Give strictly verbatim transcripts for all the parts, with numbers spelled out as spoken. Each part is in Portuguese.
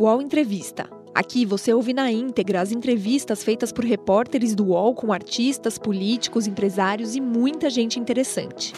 U O L Entrevista. Aqui você ouve na íntegra as entrevistas feitas por repórteres do U O L com artistas, políticos, empresários e muita gente interessante.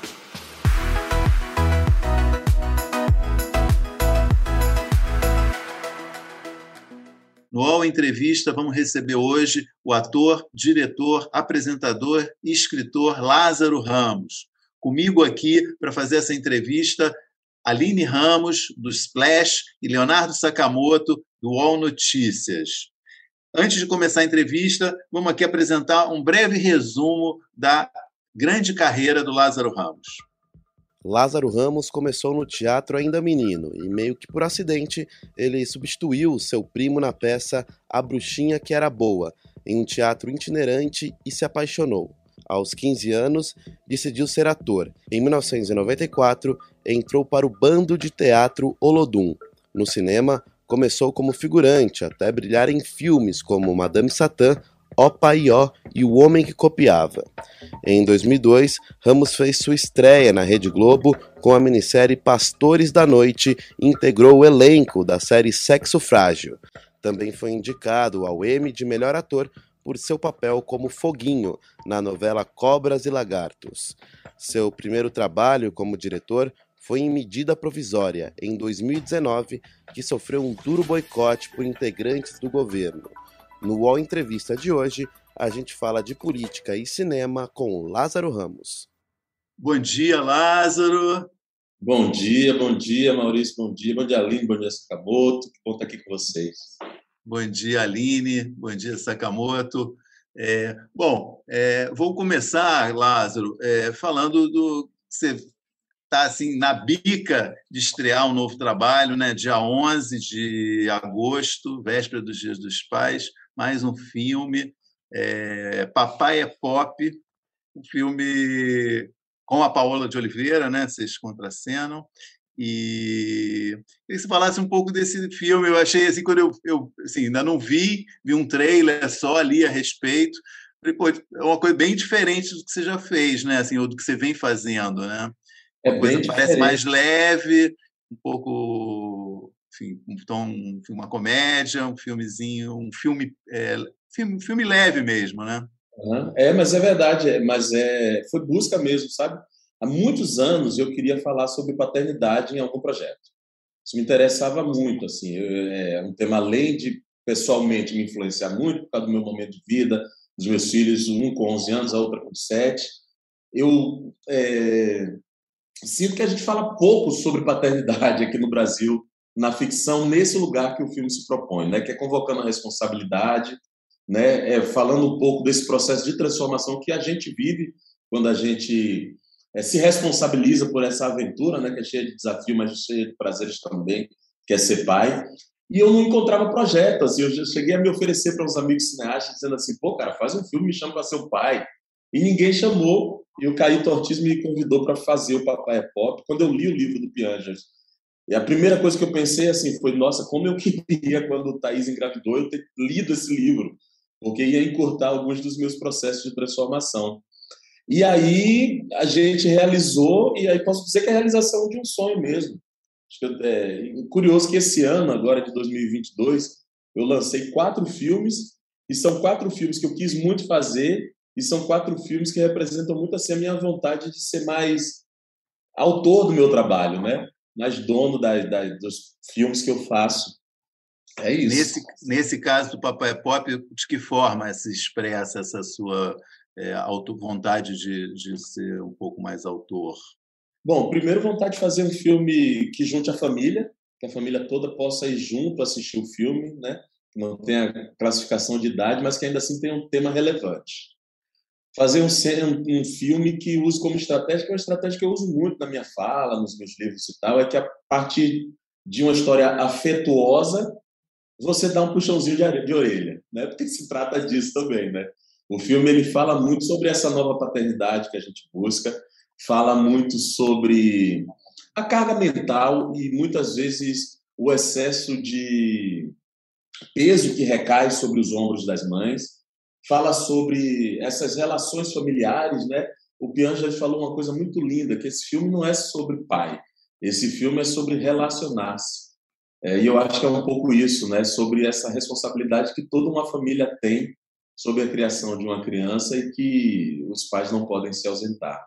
No U O L Entrevista, vamos receber hoje o ator, diretor, apresentador e escritor Lázaro Ramos. Comigo aqui para fazer essa entrevista, Aline Ramos, do Splash, e Leonardo Sakamoto, do U O L Notícias. Antes de começar a entrevista, vamos aqui apresentar um breve resumo da grande carreira do Lázaro Ramos. Lázaro Ramos começou no teatro ainda menino e, meio que por acidente, ele substituiu seu primo na peça A Bruxinha que Era Boa, em um teatro itinerante, e se apaixonou. Aos quinze anos, decidiu ser ator. Em mil novecentos e noventa e quatro, entrou para o bando de teatro Olodum. No cinema, começou como figurante, até brilhar em filmes como Madame Satã, Opa e Ó e O Homem que Copiava. Em dois mil e dois, Ramos fez sua estreia na Rede Globo com a minissérie Pastores da Noite e integrou o elenco da série Sexo Frágil. Também foi indicado ao Emmy de Melhor Ator por seu papel como Foguinho na novela Cobras e Lagartos. Seu primeiro trabalho como diretor foi em Medida Provisória, em dois mil e dezenove, que sofreu um duro boicote por integrantes do governo. No U O L Entrevista de hoje, a gente fala de política e cinema com Lázaro Ramos. Bom dia, Lázaro. Bom dia, bom dia, Maurício, bom dia, bom dia, Aline, bom dia, Sakamoto, que bom estar aqui com vocês. Bom dia, Aline, bom dia, Sakamoto. É, bom, é, vou começar, Lázaro, é, falando do... Você está assim, na bica de estrear um novo trabalho, né? Dia onze de agosto, véspera dos Dias dos Pais, mais um filme, é, Papai é Pop, um filme com a Paola de Oliveira, né? Vocês contracenam. E queria que você falasse um pouco desse filme. Eu achei, assim, quando eu, eu assim, ainda não vi, vi um trailer só ali a respeito. Falei, pô, é uma coisa bem diferente do que você já fez, né? Assim, ou do que você vem fazendo, né? Uma é coisa bem que parece diferente. mais leve, um pouco, enfim, um tom, uma comédia, um filmezinho, um filme, é, filme, filme leve mesmo, né? Uhum. É, mas é verdade, é, mas é, foi busca mesmo, sabe? Há muitos anos eu queria falar sobre paternidade em algum projeto. Isso me interessava muito, assim, eu, é um tema, além de pessoalmente me influenciar muito por causa do meu momento de vida, dos meus filhos, um com onze anos, a outra com sete. Eu é, sinto que a gente fala pouco sobre paternidade aqui no Brasil, na ficção, nesse lugar que o filme se propõe, né? Que é convocando a responsabilidade, né? É, falando um pouco desse processo de transformação que a gente vive quando a gente é, se responsabiliza por essa aventura, né? Que é cheia de desafios, mas cheia de prazeres também, que é ser pai. E eu não encontrava projeto, assim, eu já cheguei a me oferecer para uns amigos cineastas, dizendo assim, pô, cara, faz um filme, me chama para ser o pai. E ninguém chamou, e o Caíto Ortiz me convidou para fazer o Papai é Pop, quando eu li o livro do Pianjas. E a primeira coisa que eu pensei assim foi, nossa, como eu queria, quando o Thaís engravidou, eu ter lido esse livro, porque ia encurtar alguns dos meus processos de transformação. E aí a gente realizou, e aí posso dizer que é a realização de um sonho mesmo. Acho que é curioso que esse ano, agora de dois mil e vinte e dois, eu lancei quatro filmes, e são quatro filmes que eu quis muito fazer, e são quatro filmes que representam muito assim, a minha vontade de ser mais autor do meu trabalho, né? Mais dono da, da, dos filmes que eu faço. É isso. Nesse, nesse caso do Papai é Pop, de que forma se expressa essa sua é, auto, vontade de, de ser um pouco mais autor? Bom, primeiro, vontade de fazer um filme que junte a família, que a família toda possa ir junto assistir o filme, né? Que não tenha classificação de idade, mas que ainda assim tenha um tema relevante. Fazer um, um filme que use como estratégia, que é uma estratégia que eu uso muito na minha fala, nos meus livros e tal, é que a partir de uma história afetuosa, você dá um puxãozinho de, de orelha, né? Porque se trata disso também, né? O filme ele fala muito sobre essa nova paternidade que a gente busca, fala muito sobre a carga mental e, muitas vezes, o excesso de peso que recai sobre os ombros das mães, fala sobre essas relações familiares, né? O Pianjas falou uma coisa muito linda, que esse filme não é sobre pai, esse filme é sobre relacionar-se. É, e eu acho que é um pouco isso, né? Sobre essa responsabilidade que toda uma família tem sobre a criação de uma criança e que os pais não podem se ausentar.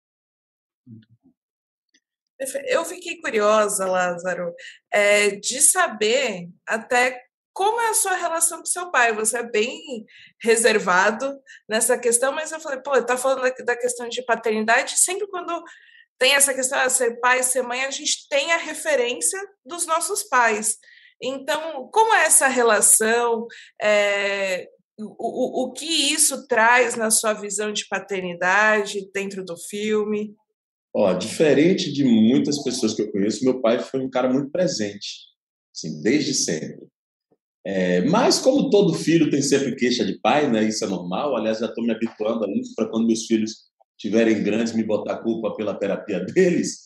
Eu fiquei curiosa, Lázaro, é, de saber até como é a sua relação com seu pai. Você é bem reservado nessa questão, mas eu falei, pô, está falando da, da questão de paternidade, sempre quando tem essa questão de ser pai, ser mãe, a gente tem a referência dos nossos pais. Então, como é essa relação? É, o, o, o que isso traz na sua visão de paternidade dentro do filme? Ó, diferente de muitas pessoas que eu conheço, meu pai foi um cara muito presente, assim, desde sempre. É, mas como todo filho tem sempre queixa de pai, né? Isso é normal. Aliás, já estou me habituando a isso para quando meus filhos tiverem grandes me botar a culpa pela terapia deles.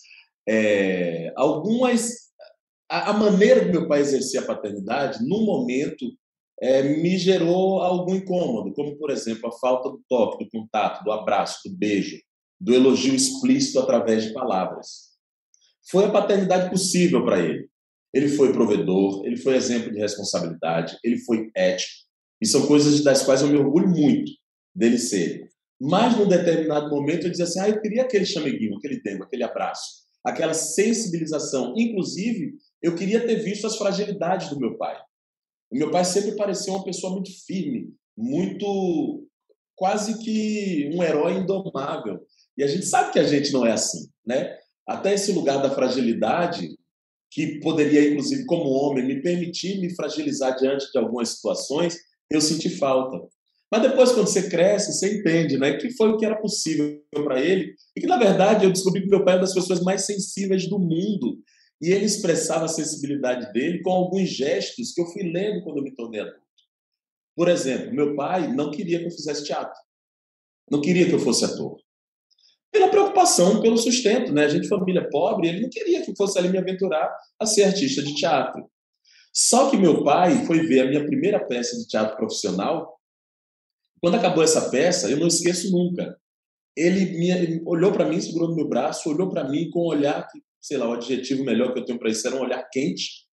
É, algumas a, a maneira que meu pai exercia a paternidade, no momento, é, me gerou algum incômodo, como por exemplo a falta do toque, do contato, do abraço, do beijo, do elogio explícito através de palavras. Foi a paternidade possível para ele. Ele foi provedor, ele foi exemplo de responsabilidade, ele foi ético. E são coisas das quais eu me orgulho muito dele ser. Mas, num determinado momento, eu dizia assim, ah, eu queria aquele chameguinho, aquele tempo, aquele abraço, aquela sensibilização. Inclusive, eu queria ter visto as fragilidades do meu pai. O meu pai sempre parecia uma pessoa muito firme, muito, quase que um herói indomável. E a gente sabe que a gente não é assim, né? Até esse lugar da fragilidade, que poderia, inclusive, como homem, me permitir me fragilizar diante de algumas situações, eu senti falta. Mas depois, quando você cresce, você entende, né, que foi o que era possível para ele e que, na verdade, eu descobri que meu pai é uma das pessoas mais sensíveis do mundo e ele expressava a sensibilidade dele com alguns gestos que eu fui lendo quando eu me tornei adulto. Por exemplo, meu pai não queria que eu fizesse teatro, não queria que eu fosse ator. Pela preocupação, pelo sustento, né? A gente, família pobre, ele não queria que eu fosse ali me aventurar a ser artista de teatro. Só que meu pai foi ver a minha primeira peça de teatro profissional. Quando acabou essa peça, eu não esqueço nunca. Ele, me, ele olhou para mim, segurou no meu braço, olhou para mim com um olhar, que, sei lá, o adjetivo melhor que eu tenho para isso era um olhar quente.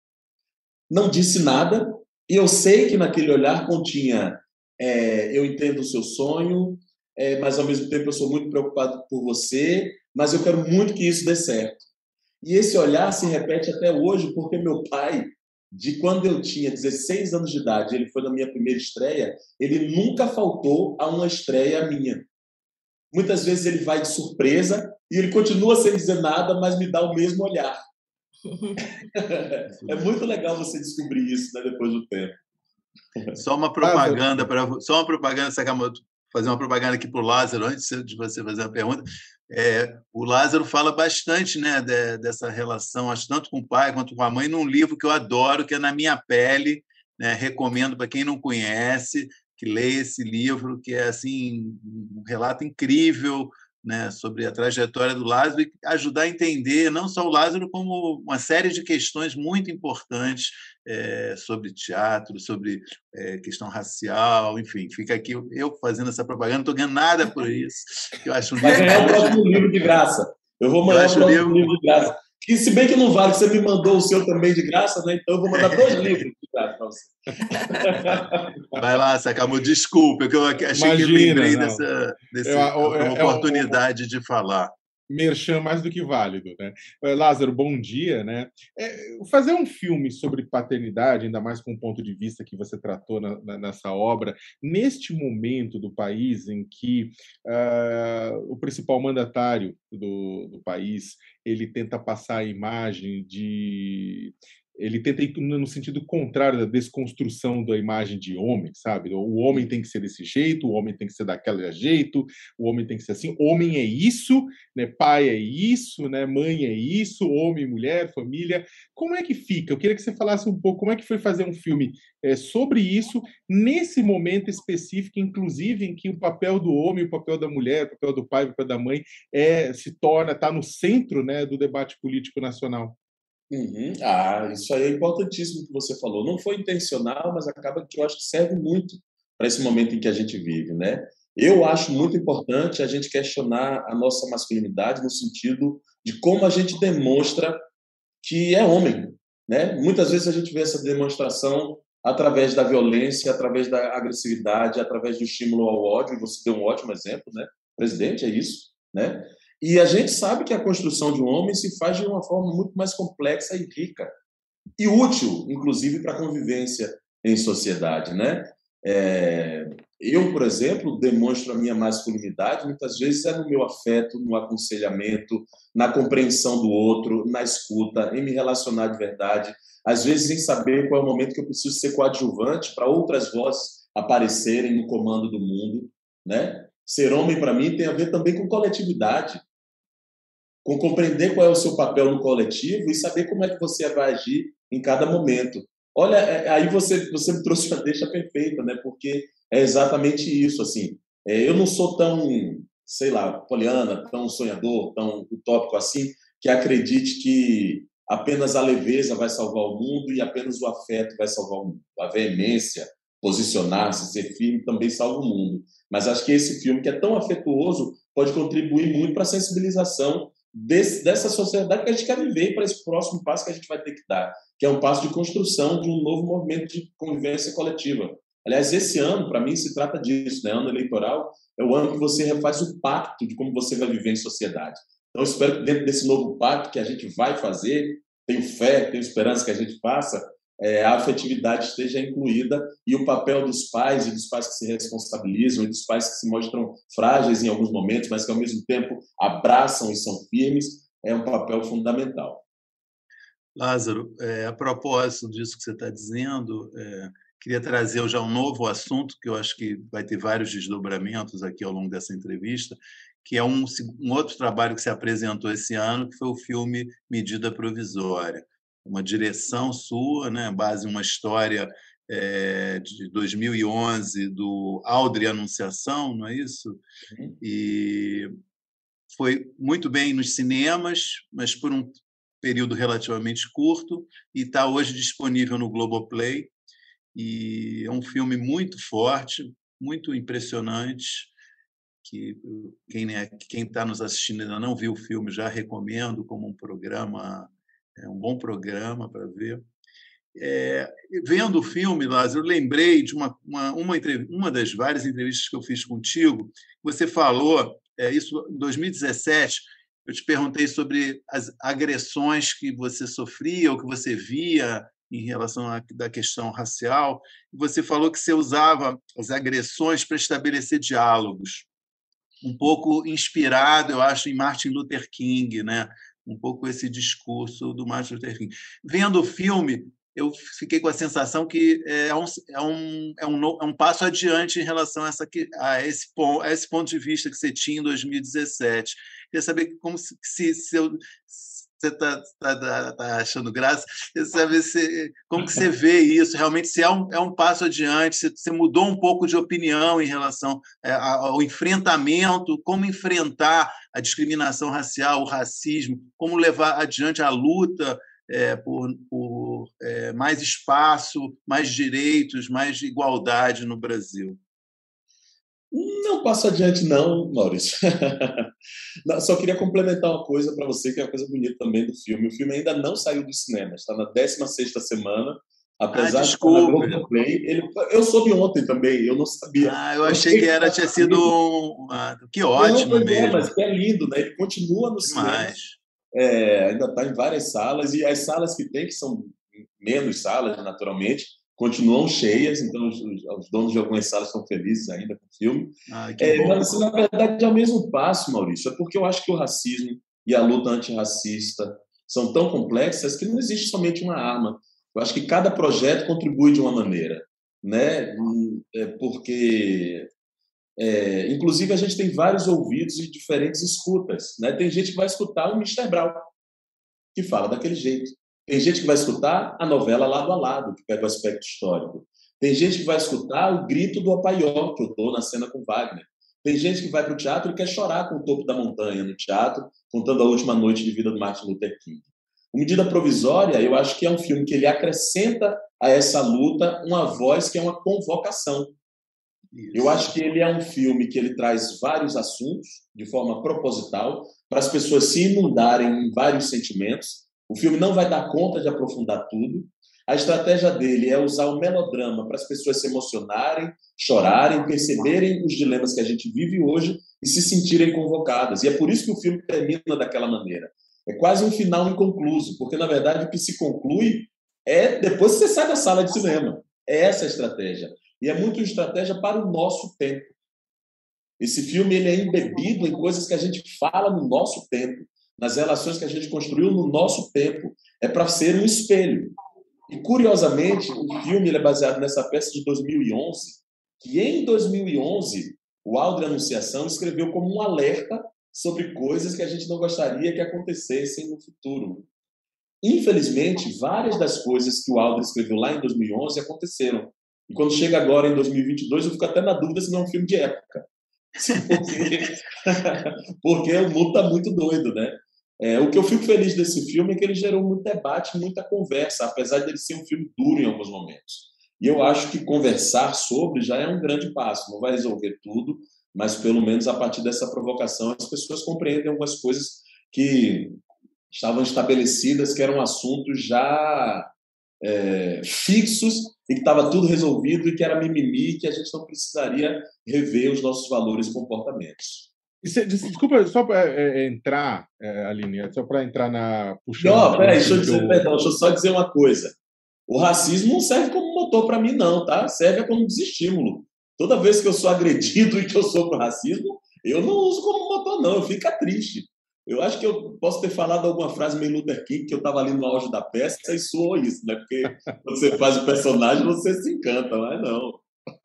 Não disse nada, e eu sei que naquele olhar continha é, eu entendo o seu sonho, É, mas ao mesmo tempo eu sou muito preocupado por você, mas eu quero muito que isso dê certo. E esse olhar se repete até hoje, porque meu pai, de quando eu tinha dezesseis anos de idade, ele foi na minha primeira estreia, ele nunca faltou a uma estreia minha. Muitas vezes ele vai de surpresa e ele continua sem dizer nada, mas me dá o mesmo olhar. É muito legal você descobrir isso, né, depois do tempo. Só uma propaganda, para só uma propaganda, Sakamoto, fazer uma propaganda aqui para o Lázaro, antes de você fazer a pergunta. É, o Lázaro fala bastante, né, de, dessa relação, acho, tanto com o pai quanto com a mãe, num livro que eu adoro, que é Na Minha Pele, né, recomendo para quem não conhece, que leia esse livro, que é assim, um relato incrível, né, sobre a trajetória do Lázaro e ajudar a entender não só o Lázaro, como uma série de questões muito importantes é, sobre teatro, sobre é, questão racial, enfim, fica aqui eu fazendo essa propaganda, não estou ganhando nada por isso. Eu acho um Vai ganhar o próximo livro de graça. Eu vou mandar o próximo livro... livro de graça. Que, se bem que não vale, você me mandou o seu também de graça, né? Então eu vou mandar dois livros de graça para você. Vai lá, Sakamoto, desculpa, que eu achei Imagina, que eu lembrei não. dessa, dessa eu, eu, eu, oportunidade eu, eu, de falar. Merchan mais do que válido, né? Lázaro, bom dia, né? É, fazer um filme sobre paternidade, ainda mais com o ponto de vista que você tratou na, na, nessa obra, neste momento do país em que uh, o principal mandatário do, do país ele tenta passar a imagem de... Ele tenta ir no sentido contrário da desconstrução da imagem de homem, sabe? O homem tem que ser desse jeito, o homem tem que ser daquele jeito, o homem tem que ser assim. Homem é isso, né? Pai é isso, né? Mãe é isso, homem, mulher, família. Como é que fica? Eu queria que você falasse um pouco como é que foi fazer um filme é, sobre isso, nesse momento específico, inclusive, em que o papel do homem, o papel da mulher, o papel do pai, o papel da mãe é, se torna, está no centro, né, do debate político nacional. Uhum. Ah, isso aí é importantíssimo que você falou. Não foi intencional, mas acaba que eu acho que serve muito para esse momento em que a gente vive, né? Eu acho muito importante a gente questionar a nossa masculinidade no sentido de como a gente demonstra que é homem, né? Muitas vezes a gente vê essa demonstração através da violência, através da agressividade, através do estímulo ao ódio, e você deu um ótimo exemplo, né? Presidente, é isso, né? E a gente sabe que a construção de um homem se faz de uma forma muito mais complexa e rica, e útil, inclusive, para a convivência em sociedade, né? É... Eu, por exemplo, demonstro a minha masculinidade, muitas vezes é no meu afeto, no aconselhamento, na compreensão do outro, na escuta, em me relacionar de verdade, às vezes em saber qual é o momento que eu preciso ser coadjuvante para outras vozes aparecerem no comando do mundo, né? Ser homem, para mim, tem a ver também com coletividade, com compreender qual é o seu papel no coletivo e saber como é que você vai agir em cada momento. Olha, aí você, você me trouxe uma deixa perfeita, né? Porque é exatamente isso, assim. Eu não sou tão, sei lá, poliana, tão sonhador, tão utópico assim, que acredite que apenas a leveza vai salvar o mundo e apenas o afeto vai salvar o mundo. A veemência, posicionar-se, ser firme também salva o mundo. Mas acho que esse filme, que é tão afetuoso, pode contribuir muito para a sensibilização desse, dessa sociedade que a gente quer viver e para esse próximo passo que a gente vai ter que dar, que é um passo de construção de um novo movimento de convivência coletiva. Aliás, esse ano, para mim, se trata disso, né? Ano eleitoral é o ano que você refaz o pacto de como você vai viver em sociedade. Então, eu espero que dentro desse novo pacto que a gente vai fazer, tenho fé, tenho esperança que a gente faça, é, a afetividade esteja incluída e o papel dos pais e dos pais que se responsabilizam e dos pais que se mostram frágeis em alguns momentos, mas que, ao mesmo tempo, abraçam e são firmes, é um papel fundamental. Lázaro, é, a propósito disso que você está dizendo, é, queria trazer já um novo assunto, que eu acho que vai ter vários desdobramentos aqui ao longo dessa entrevista, que é um, um outro trabalho que se apresentou esse ano, que foi o filme Medida Provisória. Uma direção sua, né, base em uma história é, de dois mil e onze do Audrey Anunciação, não é isso? Uhum. E foi muito bem nos cinemas, mas por um período relativamente curto, e está hoje disponível no Globoplay. E é um filme muito forte, muito impressionante, que quem né, quem está nos assistindo ainda não viu o filme, já recomendo como um programa, é um bom programa para ver. É, vendo o filme, Lázaro, eu lembrei de uma, uma, uma, uma das várias entrevistas que eu fiz contigo. Você falou, é, isso em dois mil e dezessete, eu te perguntei sobre as agressões que você sofria ou que você via em relação à da questão racial, e você falou que você usava as agressões para estabelecer diálogos, um pouco inspirado, eu acho, em Martin Luther King, né? Um pouco esse discurso do Martin Luther King. Vendo o filme, eu fiquei com a sensação que é um, é um, é um, é um passo adiante em relação a, essa, a, esse, a esse ponto de vista que você tinha em dois mil e dezessete. Queria saber como se, se, se eu... Você está tá, tá achando graça? Sabe, se, como que você vê isso? Realmente, se é um, é um passo adiante, se você mudou um pouco de opinião em relação ao enfrentamento, como enfrentar a discriminação racial, o racismo, como levar adiante a luta é, por, por é, mais espaço, mais direitos, mais igualdade no Brasil. Não passo adiante, não, Maurício. Não, só queria complementar uma coisa para você, que é uma coisa bonita também do filme. O filme ainda não saiu do cinema, está na décima sexta semana. Apesar ah, desculpa. de Play, ele, eu soube ontem também, eu não sabia. Ah, eu achei que era, tinha sido um... Ah, que ótimo não, mesmo. É, mas que é lindo, né? Ele continua no cinema. É, ainda está em várias salas, e as salas que tem, que são menos salas, naturalmente, continuam cheias, então os, os donos de algumas salas estão felizes ainda com o filme. Ah, que é, bom. mas, na verdade, é o mesmo passo, Maurício, é porque eu acho que o racismo e a luta antirracista são tão complexas que não existe somente uma arma. Eu acho que cada projeto contribui de uma maneira, né? É porque, é, inclusive, a gente tem vários ouvidos e diferentes escutas, né? Tem gente que vai escutar o mister Brown, que fala daquele jeito. Tem gente que vai escutar a novela Lado a Lado, que pega o aspecto histórico. Tem gente que vai escutar o grito do Apaió, que eu dou na cena com Wagner. Tem gente que vai para o teatro e quer chorar com o Topo da Montanha no teatro, contando a última noite de vida do Martin Luther King. O Medida Provisória, eu acho que é um filme que ele acrescenta a essa luta uma voz que é uma convocação. Isso. Eu acho que ele é um filme que ele traz vários assuntos de forma proposital para as pessoas se inundarem em vários sentimentos, O filme não vai dar conta de aprofundar tudo. A estratégia dele é usar o melodrama para as pessoas se emocionarem, chorarem, perceberem os dilemas que a gente vive hoje e se sentirem convocadas. E é por isso que o filme termina daquela maneira. É quase um final inconcluso, porque, na verdade, o que se conclui é depois que você sai da sala de cinema. É essa a estratégia. E é muito estratégia para o nosso tempo. Esse filme ele é embebido em coisas que a gente fala no nosso tempo, nas relações que a gente construiu no nosso tempo. É para ser um espelho. E, curiosamente, o filme ele é baseado nessa peça de dois mil e onze, que em dois mil e onze o Aldre Anunciação escreveu como um alerta sobre coisas que a gente não gostaria que acontecessem no futuro. Infelizmente, várias das coisas que o Aldre escreveu lá em dois mil e onze aconteceram. E quando chega agora, em dois mil e vinte e dois, eu fico até na dúvida se não é um filme de época. Porque, porque o mundo está muito doido, né? É, o que eu fico feliz desse filme é que ele gerou muito debate, muita conversa, apesar de ele ser um filme duro em alguns momentos. E eu acho que conversar sobre já é um grande passo. Não vai resolver tudo, mas pelo menos a partir dessa provocação as pessoas compreendem algumas coisas que estavam estabelecidas, que eram assuntos já é, fixos e que estava tudo resolvido e que era mimimi, que a gente não precisaria rever os nossos valores e comportamentos. Desculpa, só para é, entrar, é, Aline, só para entrar na... Puxando, não, peraí, deixa eu dizer, eu... perdão, deixa eu só dizer uma coisa. O racismo não serve como motor para mim, não, tá? Serve como desestímulo. Toda vez que eu sou agredido e que eu sofro racismo, eu não uso como motor, não, eu fico triste. Eu acho que eu posso ter falado alguma frase meio Luther King, que eu estava ali no auge da peça e soou isso, né? Porque quando você faz o personagem, você se encanta, mas não.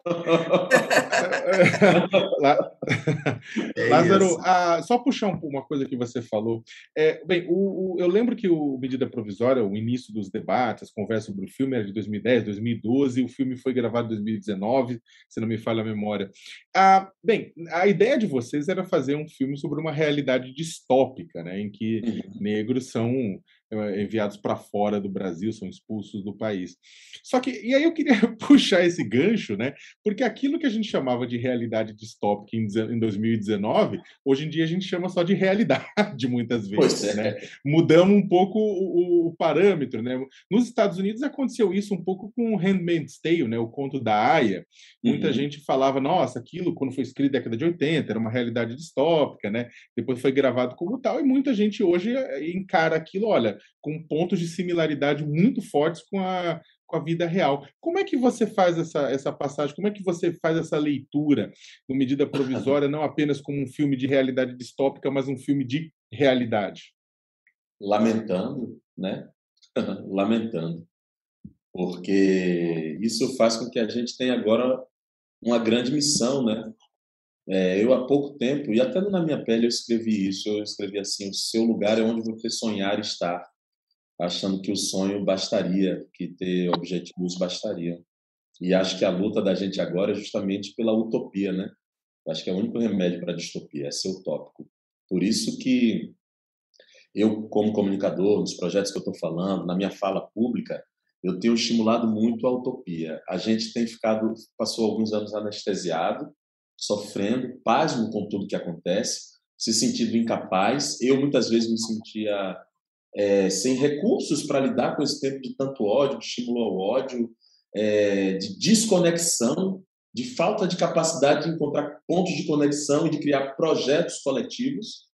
É Lázaro, ah, só puxar uma coisa que você falou. É, bem, o, o, eu lembro que o Medida Provisória, o início dos debates, as conversas sobre o filme era de dois mil e dez, dois mil e doze, o filme foi gravado em dois mil e dezenove, se não me falha a memória. Ah, bem, a ideia de vocês era fazer um filme sobre uma realidade distópica, né, em que uhum. negros são enviados para fora do Brasil, são expulsos do país. Só que, e aí eu queria puxar esse gancho, né? Porque aquilo que a gente chamava de realidade distópica em dois mil e dezenove, hoje em dia a gente chama só de realidade, muitas vezes, é. né? Mudamos um pouco o, o parâmetro, né? Nos Estados Unidos aconteceu isso um pouco com o Handmaid's Tale, né? O Conto da Aia. Muita uhum. gente falava, nossa, aquilo, quando foi escrito na década de oitenta, era uma realidade distópica, né? Depois foi gravado como tal, e muita gente hoje encara aquilo, olha, com pontos de similaridade muito fortes com a, com a vida real. Como é que você faz essa, essa passagem? Como é que você faz essa leitura no Medida Provisória, não apenas como um filme de realidade distópica, mas um filme de realidade? Lamentando, né? Lamentando. Porque isso faz com que a gente tenha agora uma grande missão, né? É, eu, há pouco tempo, e até na minha pele eu escrevi isso, eu escrevi assim, o seu lugar é onde você sonhar estar, achando que o sonho bastaria, que ter objetivos bastariam. E acho que a luta da gente agora é justamente pela utopia, né? Acho que é o único remédio para a distopia, é ser utópico. Por isso que eu, como comunicador, nos projetos que eu estou falando, na minha fala pública, eu tenho estimulado muito a utopia. A gente tem ficado, passou alguns anos anestesiado, sofrendo, pasmo com tudo que acontece, se sentindo incapaz. Eu, muitas vezes, me sentia é, sem recursos para lidar com esse tempo de tanto ódio, de estímulo ao ódio, é, de desconexão, de falta de capacidade de encontrar pontos de conexão e de criar projetos coletivos.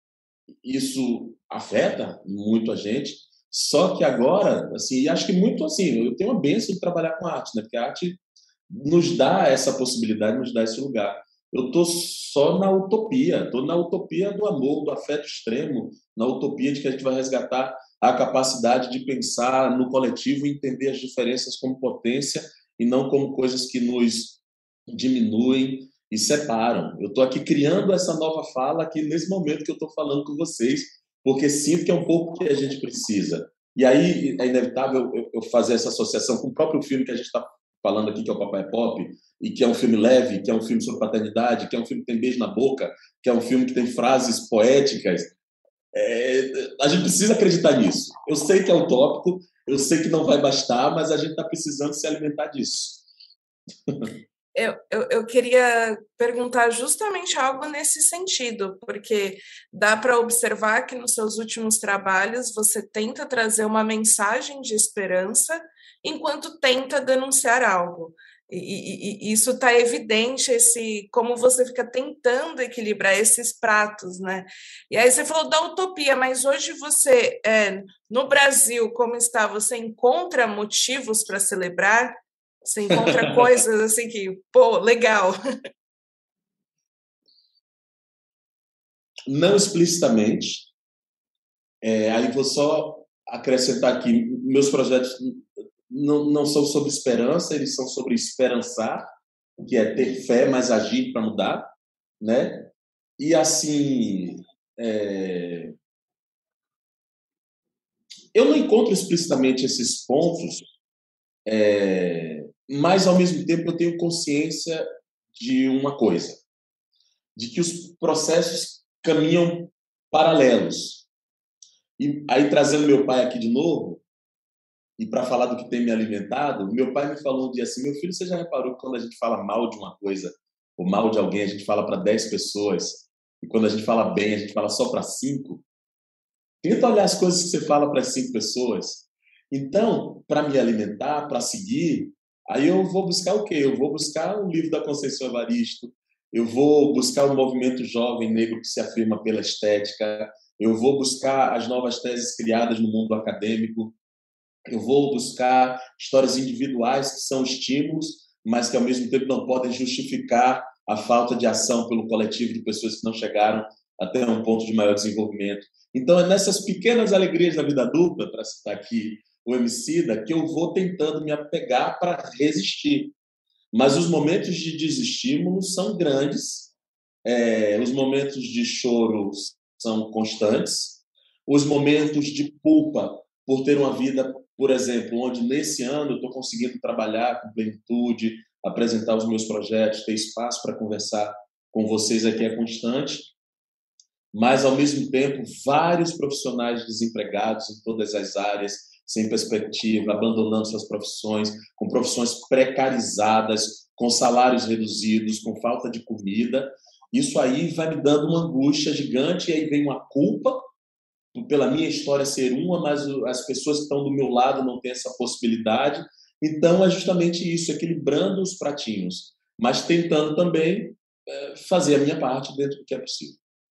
Isso afeta muito a gente. Só que agora, assim, acho que muito assim, eu tenho uma bênção de trabalhar com arte, né? Porque a arte nos dá essa possibilidade, nos dá esse lugar. Eu estou só na utopia, estou na utopia do amor, do afeto extremo, na utopia de que a gente vai resgatar a capacidade de pensar no coletivo e entender as diferenças como potência e não como coisas que nos diminuem e separam. Eu estou aqui criando essa nova fala aqui nesse momento que eu estou falando com vocês, porque sinto que é um pouco o que a gente precisa. E aí é inevitável eu fazer essa associação com o próprio filme que a gente está falando aqui, que é o Papai Pop, e que é um filme leve, que é um filme sobre paternidade, que é um filme que tem beijo na boca, que é um filme que tem frases poéticas. É, a gente precisa acreditar nisso. Eu sei que é utópico, eu sei que não vai bastar, mas a gente está precisando se alimentar disso. Eu, eu, eu queria perguntar justamente algo nesse sentido, porque dá para observar que nos seus últimos trabalhos você tenta trazer uma mensagem de esperança enquanto tenta denunciar algo. E, e, e isso está evidente, esse, como você fica tentando equilibrar esses pratos, né? E aí você falou da utopia, mas hoje você, é, no Brasil, como está, você encontra motivos para celebrar? Você encontra coisas assim que, pô, legal. Não explicitamente. É, aí vou só acrescentar aqui, meus projetos não, não são sobre esperança, eles são sobre esperançar, que é ter fé, mas agir para mudar, né? E assim, é... eu não encontro explicitamente esses pontos, é... mas ao mesmo tempo eu tenho consciência de uma coisa, de que os processos caminham paralelos. E aí, trazendo meu pai aqui de novo, e para falar do que tem me alimentado, meu pai me falou um dia assim, meu filho, você já reparou que quando a gente fala mal de uma coisa, ou mal de alguém, a gente fala para dez pessoas, e quando a gente fala bem, a gente fala só para cinco? Tenta olhar as coisas que você fala para as cinco pessoas. Então, para me alimentar, para seguir, aí eu vou buscar o quê? Eu vou buscar o livro da Conceição Evaristo, eu vou buscar o movimento jovem negro que se afirma pela estética, eu vou buscar as novas teses criadas no mundo acadêmico, eu vou buscar histórias individuais que são estímulos, mas que ao mesmo tempo não podem justificar a falta de ação pelo coletivo de pessoas que não chegaram até um ponto de maior desenvolvimento. Então, é nessas pequenas alegrias da vida adulta, para citar aqui o Emicida, que eu vou tentando me apegar para resistir. Mas os momentos de desestímulo são grandes, é, os momentos de choro são constantes, os momentos de culpa por ter uma vida, por exemplo, onde nesse ano eu estou conseguindo trabalhar com plenitude, apresentar os meus projetos, ter espaço para conversar com vocês aqui é constante, mas, ao mesmo tempo, vários profissionais desempregados em todas as áreas, sem perspectiva, abandonando suas profissões, com profissões precarizadas, com salários reduzidos, com falta de comida. Isso aí vai me dando uma angústia gigante, e aí vem uma culpa pela minha história ser uma, mas as pessoas que estão do meu lado não têm essa possibilidade. Então, é justamente isso, equilibrando os pratinhos, mas tentando também é, fazer a minha parte dentro do que é possível.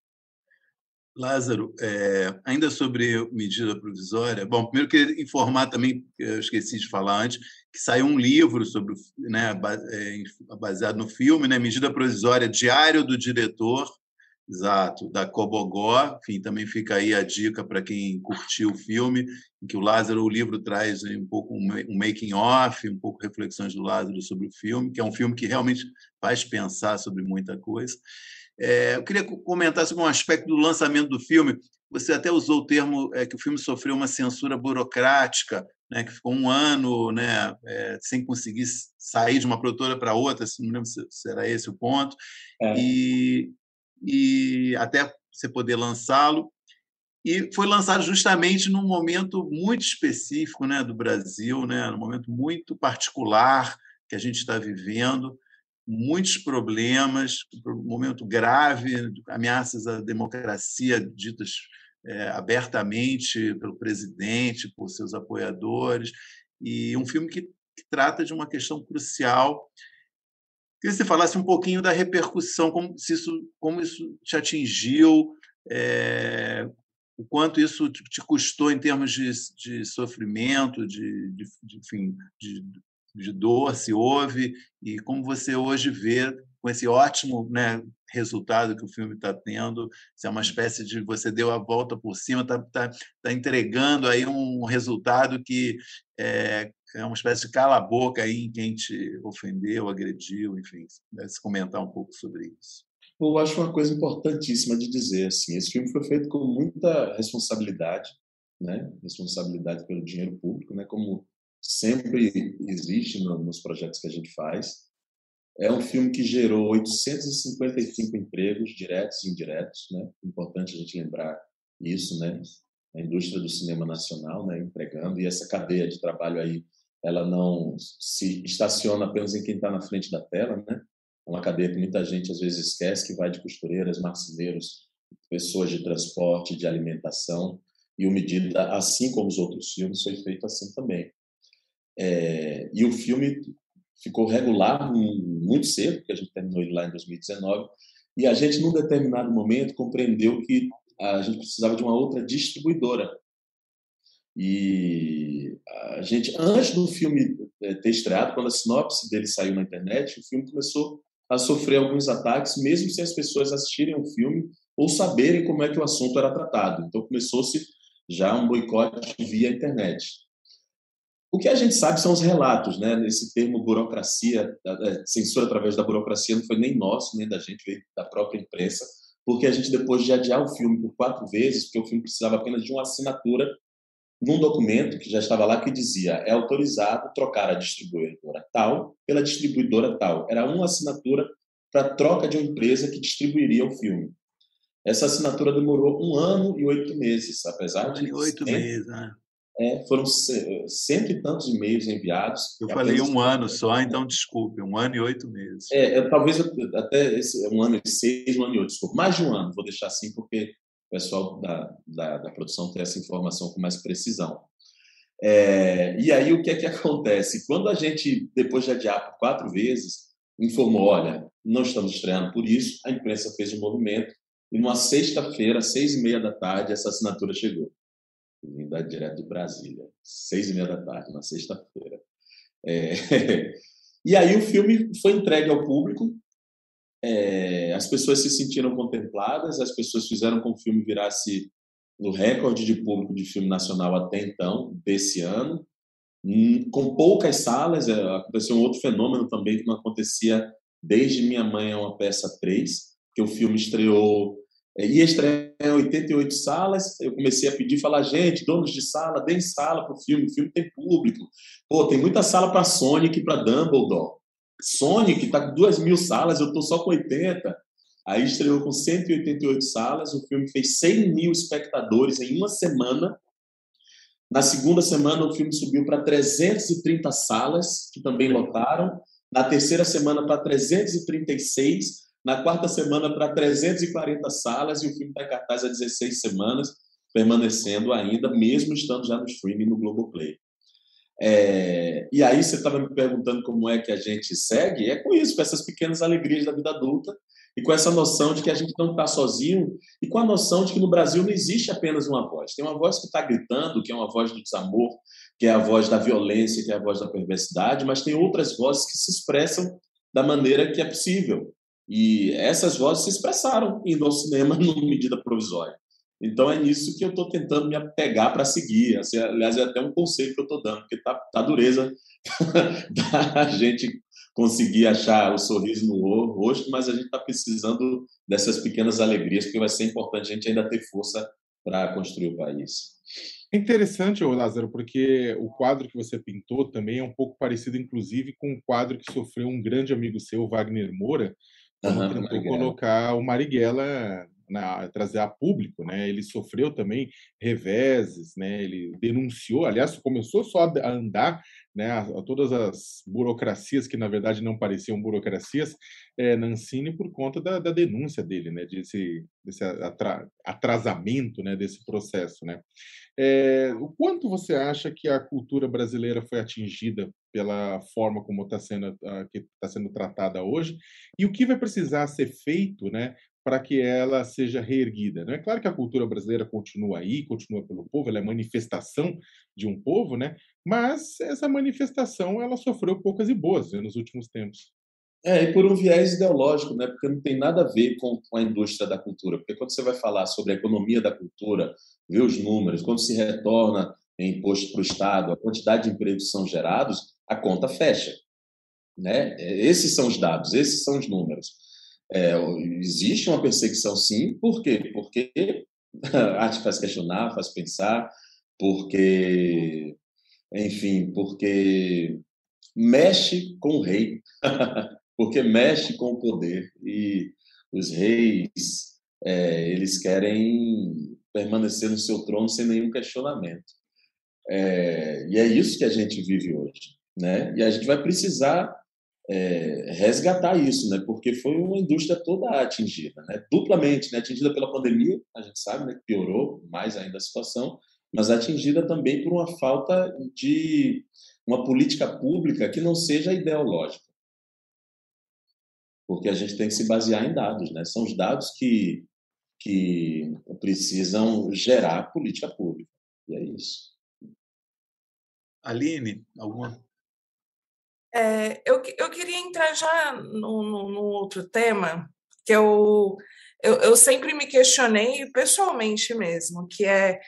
Lázaro, é, ainda sobre medida provisória, bom, primeiro queria informar também, eu esqueci de falar antes, que saiu um livro sobre, né, baseado no filme, né, Medida Provisória, Diário do Diretor, exato, da Cobogó. Enfim, também fica aí a dica para quem curtiu o filme, em que o Lázaro, o livro traz um pouco um making-off, um pouco reflexões do Lázaro sobre o filme, que é um filme que realmente faz pensar sobre muita coisa. É, eu queria comentar sobre um aspecto do lançamento do filme. Você até usou o termo é, que o filme sofreu uma censura burocrática, né, que ficou um ano, né, é, sem conseguir sair de uma produtora para outra, se não lembro se, se era esse o ponto, é. e, e até você poder lançá-lo. E foi lançado justamente num momento muito específico, né, do Brasil, né, num momento muito particular que a gente está vivendo, muitos problemas, um momento grave, ameaças à democracia ditas é, abertamente pelo presidente, por seus apoiadores, e um filme que, que trata de uma questão crucial. Queria que você falasse um pouquinho da repercussão, como, se isso, como isso te atingiu, é, o quanto isso te custou em termos de, de sofrimento, de, de, de, enfim, de de dor, se houve, e como você hoje vê, com esse ótimo, né, resultado que o filme está tendo, se é uma espécie de você deu a volta por cima, está tá, tá entregando aí um resultado que é, é uma espécie de cala-boca aí em quem te ofendeu, agrediu, enfim, se comentar um pouco sobre isso. Eu acho uma coisa importantíssima de dizer, assim, esse filme foi feito com muita responsabilidade, né, responsabilidade pelo dinheiro público, né, como sempre existe nos projetos que a gente faz. É um filme que gerou oitocentos e cinquenta e cinco empregos, diretos e indiretos, né? Importante a gente lembrar isso, né? A indústria do cinema nacional, né? Empregando, e essa cadeia de trabalho aí, ela não se estaciona apenas em quem está na frente da tela, né? É uma cadeia que muita gente às vezes esquece, que vai de costureiras, marceneiros, pessoas de transporte, de alimentação, e o Medida, assim como os outros filmes, foi feito assim também. É, e o filme ficou regular muito cedo, porque a gente terminou ele lá em dois mil e dezenove, e a gente, num determinado momento, compreendeu que a gente precisava de uma outra distribuidora. E a gente, antes do filme ter estreado, quando a sinopse dele saiu na internet, o filme começou a sofrer alguns ataques, mesmo sem as pessoas assistirem o filme ou saberem como é que o assunto era tratado. Então começou-se já um boicote via internet. O que a gente sabe são os relatos, né? Esse termo burocracia, censura através da burocracia, não foi nem nosso, nem da gente, veio da própria imprensa, porque a gente, depois de adiar o filme por quatro vezes, porque o filme precisava apenas de uma assinatura num documento que já estava lá que dizia: é autorizado trocar a distribuidora tal pela distribuidora tal. Era uma assinatura para troca de uma empresa que distribuiria o filme. Essa assinatura demorou um ano e oito meses, apesar de... Oito meses, né? É, foram cento e tantos e-mails enviados. Eu falei um ano só, então desculpe, um ano e oito meses. É, eu, talvez eu, até esse, um ano e seis, um ano e oito, desculpa. Mais de um ano, vou deixar assim, porque o pessoal da, da, da produção tem essa informação com mais precisão. É, e aí, o que é que acontece? Quando a gente, depois de adiar por quatro vezes, informou: olha, não estamos estreando por isso, a imprensa fez um movimento, e numa sexta-feira, seis e meia da tarde, essa assinatura chegou. Vim da direto de Brasília, seis e meia da tarde, na sexta-feira. É, e aí o filme foi entregue ao público, é, as pessoas se sentiram contempladas, as pessoas fizeram com que o filme virasse o recorde de público de filme nacional até então, desse ano, com poucas salas. Aconteceu um outro fenômeno também que não acontecia desde Minha Mãe é uma Peça três, que o filme estreou, ia estrear em oitenta e oito salas. Eu comecei a pedir, falar: gente, donos de sala, deem sala para o filme, o filme tem público. Pô, tem muita sala para Sonic e para Dumbledore. Sonic está com duas mil salas, eu estou só com oitenta. Aí estreou com cento e oitenta e oito salas, o filme fez cem mil espectadores em uma semana. Na segunda semana, o filme subiu para trezentas e trinta salas, que também lotaram. Na terceira semana, para trezentas e trinta e seis. Na quarta semana, para trezentas e quarenta salas, e o filme está em cartaz há dezesseis semanas, permanecendo ainda, mesmo estando já no streaming no Globoplay. É, e aí você estava me perguntando como é que a gente segue. É com isso, com essas pequenas alegrias da vida adulta, e com essa noção de que a gente não está sozinho, e com a noção de que no Brasil não existe apenas uma voz. Tem uma voz que está gritando, que é uma voz do desamor, que é a voz da violência, que é a voz da perversidade, mas tem outras vozes que se expressam da maneira que é possível. E essas vozes se expressaram indo ao cinema numa medida provisória. Então é nisso que eu estou tentando me apegar para seguir. Assim, aliás, é até um conselho que eu estou dando, porque está tá dureza da gente conseguir achar o sorriso no rosto, mas a gente está precisando dessas pequenas alegrias, porque vai ser importante a gente ainda ter força para construir o país. É interessante, Lázaro, porque o quadro que você pintou também é um pouco parecido, inclusive, com um quadro que sofreu um grande amigo seu, Wagner Moura, quando uhum, tentou Marighella. colocar o Marighella, na, trazer a público, né? Ele sofreu também reveses, né? Ele denunciou, aliás, começou só a andar, né? A, a todas as burocracias que na verdade não pareciam burocracias, é, na Ancine, por conta da, da denúncia dele, né? Desse, desse atra, atrasamento, né? Desse processo, né? É, o quanto você acha que a cultura brasileira foi atingida pela forma como está sendo, uh, que está sendo tratada hoje, e o que vai precisar ser feito, né, para que ela seja reerguida? Não é claro que a cultura brasileira continua aí, continua pelo povo, ela é manifestação de um povo, né, mas essa manifestação ela sofreu poucas e boas, né, nos últimos tempos. É, e por um viés ideológico, né? Porque não tem nada a ver com, com a indústria da cultura. Porque quando você vai falar sobre a economia da cultura, ver os números, quando se retorna em imposto para o Estado, a quantidade de empregos que são gerados, a conta fecha, né? Esses são os dados, esses são os números. É, existe uma perseguição, sim. Por quê? Porque a arte faz questionar, faz pensar, porque, enfim, porque mexe com o rei. Porque mexe com o poder, e os reis, é, eles querem permanecer no seu trono sem nenhum questionamento. É, e é isso que a gente vive hoje. né? E a gente vai precisar é, resgatar isso, né? Porque foi uma indústria toda atingida, né? Duplamente, né? Atingida pela pandemia, a gente sabe, né? Que piorou mais ainda a situação, mas atingida também por uma falta de uma política pública que não seja ideológica, porque a gente tem que se basear em dados, né? São os dados que, que precisam gerar política pública, e é isso. Aline, alguma? É, eu, eu queria entrar já no, no, no outro tema, que eu, eu, eu sempre me questionei pessoalmente mesmo, que é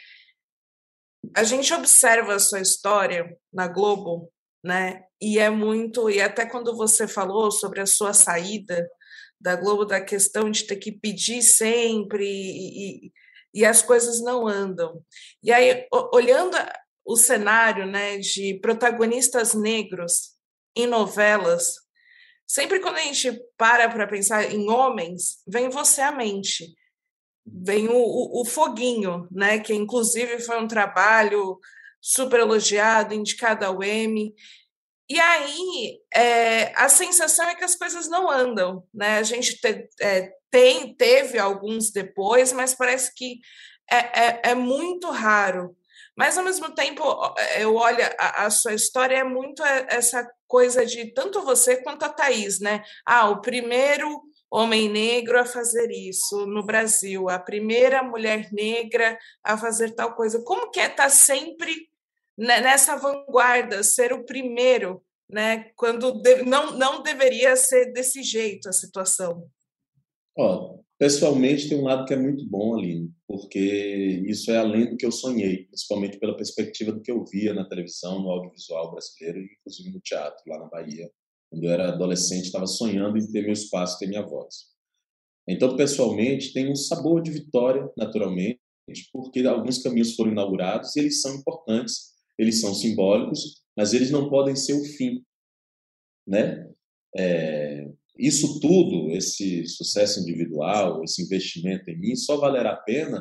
a gente observa a sua história na Globo, né? E é muito, e até quando você falou sobre a sua saída da Globo, da questão de ter que pedir sempre e, e, e as coisas não andam. E aí, olhando o cenário, né, de protagonistas negros em novelas, sempre quando a gente para para pensar em homens, vem você à mente. Vem o, o, o Foguinho, né, que inclusive foi um trabalho super elogiado, indicado ao Emmy. E aí, é, a sensação é que as coisas não andam, né? A gente te, é, tem, teve alguns depois, mas parece que é, é, é muito raro. Mas, ao mesmo tempo, eu olho a, a sua história, é muito essa coisa de tanto você quanto a Thaís, né? Ah, o primeiro homem negro a fazer isso no Brasil, a primeira mulher negra a fazer tal coisa. Como que é estar sempre nessa vanguarda, ser o primeiro, né? Quando de, não, não deveria ser desse jeito a situação? Ó, pessoalmente, tem um lado que é muito bom, Aline, porque isso é além do que eu sonhei, principalmente pela perspectiva do que eu via na televisão, no audiovisual brasileiro e, inclusive, no teatro, lá na Bahia. Quando eu era adolescente, estava sonhando em ter meu espaço, ter minha voz. Então, pessoalmente, tem um sabor de vitória, naturalmente, porque alguns caminhos foram inaugurados e eles são importantes, eles são simbólicos, mas eles não podem ser o fim, né? É, isso tudo, esse sucesso individual, esse investimento em mim, só valerá a pena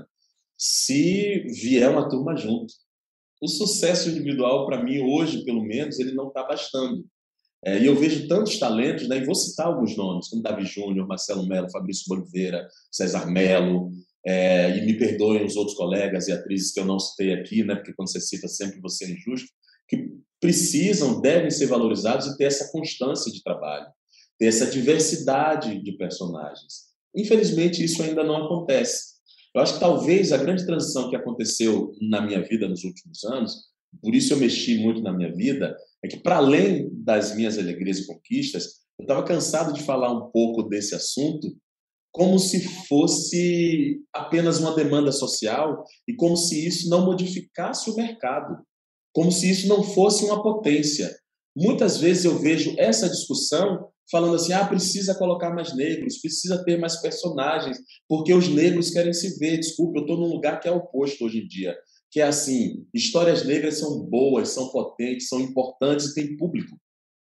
se vier uma turma junto. O sucesso individual, para mim, hoje, pelo menos, ele não está bastando. É, e eu vejo tantos talentos, né, e vou citar alguns nomes, como Davi Júnior, Marcelo Mello, Fabrício Boliveira, César Mello, é, e me perdoem os outros colegas e atrizes que eu não citei aqui, né, porque quando você cita sempre você é injusto, que precisam, devem ser valorizados e ter essa constância de trabalho, ter essa diversidade de personagens. Infelizmente, isso ainda não acontece. Eu acho que talvez a grande transição que aconteceu na minha vida nos últimos anos, por isso eu mexi muito na minha vida, é que, para além das minhas alegrias e conquistas, eu estava cansado de falar um pouco desse assunto como se fosse apenas uma demanda social e como se isso não modificasse o mercado, como se isso não fosse uma potência. Muitas vezes eu vejo essa discussão falando assim, ah, precisa colocar mais negros, precisa ter mais personagens, porque os negros querem se ver. Desculpa, eu estou num lugar que é oposto hoje em dia, que é assim, histórias negras são boas, são potentes, são importantes e têm público.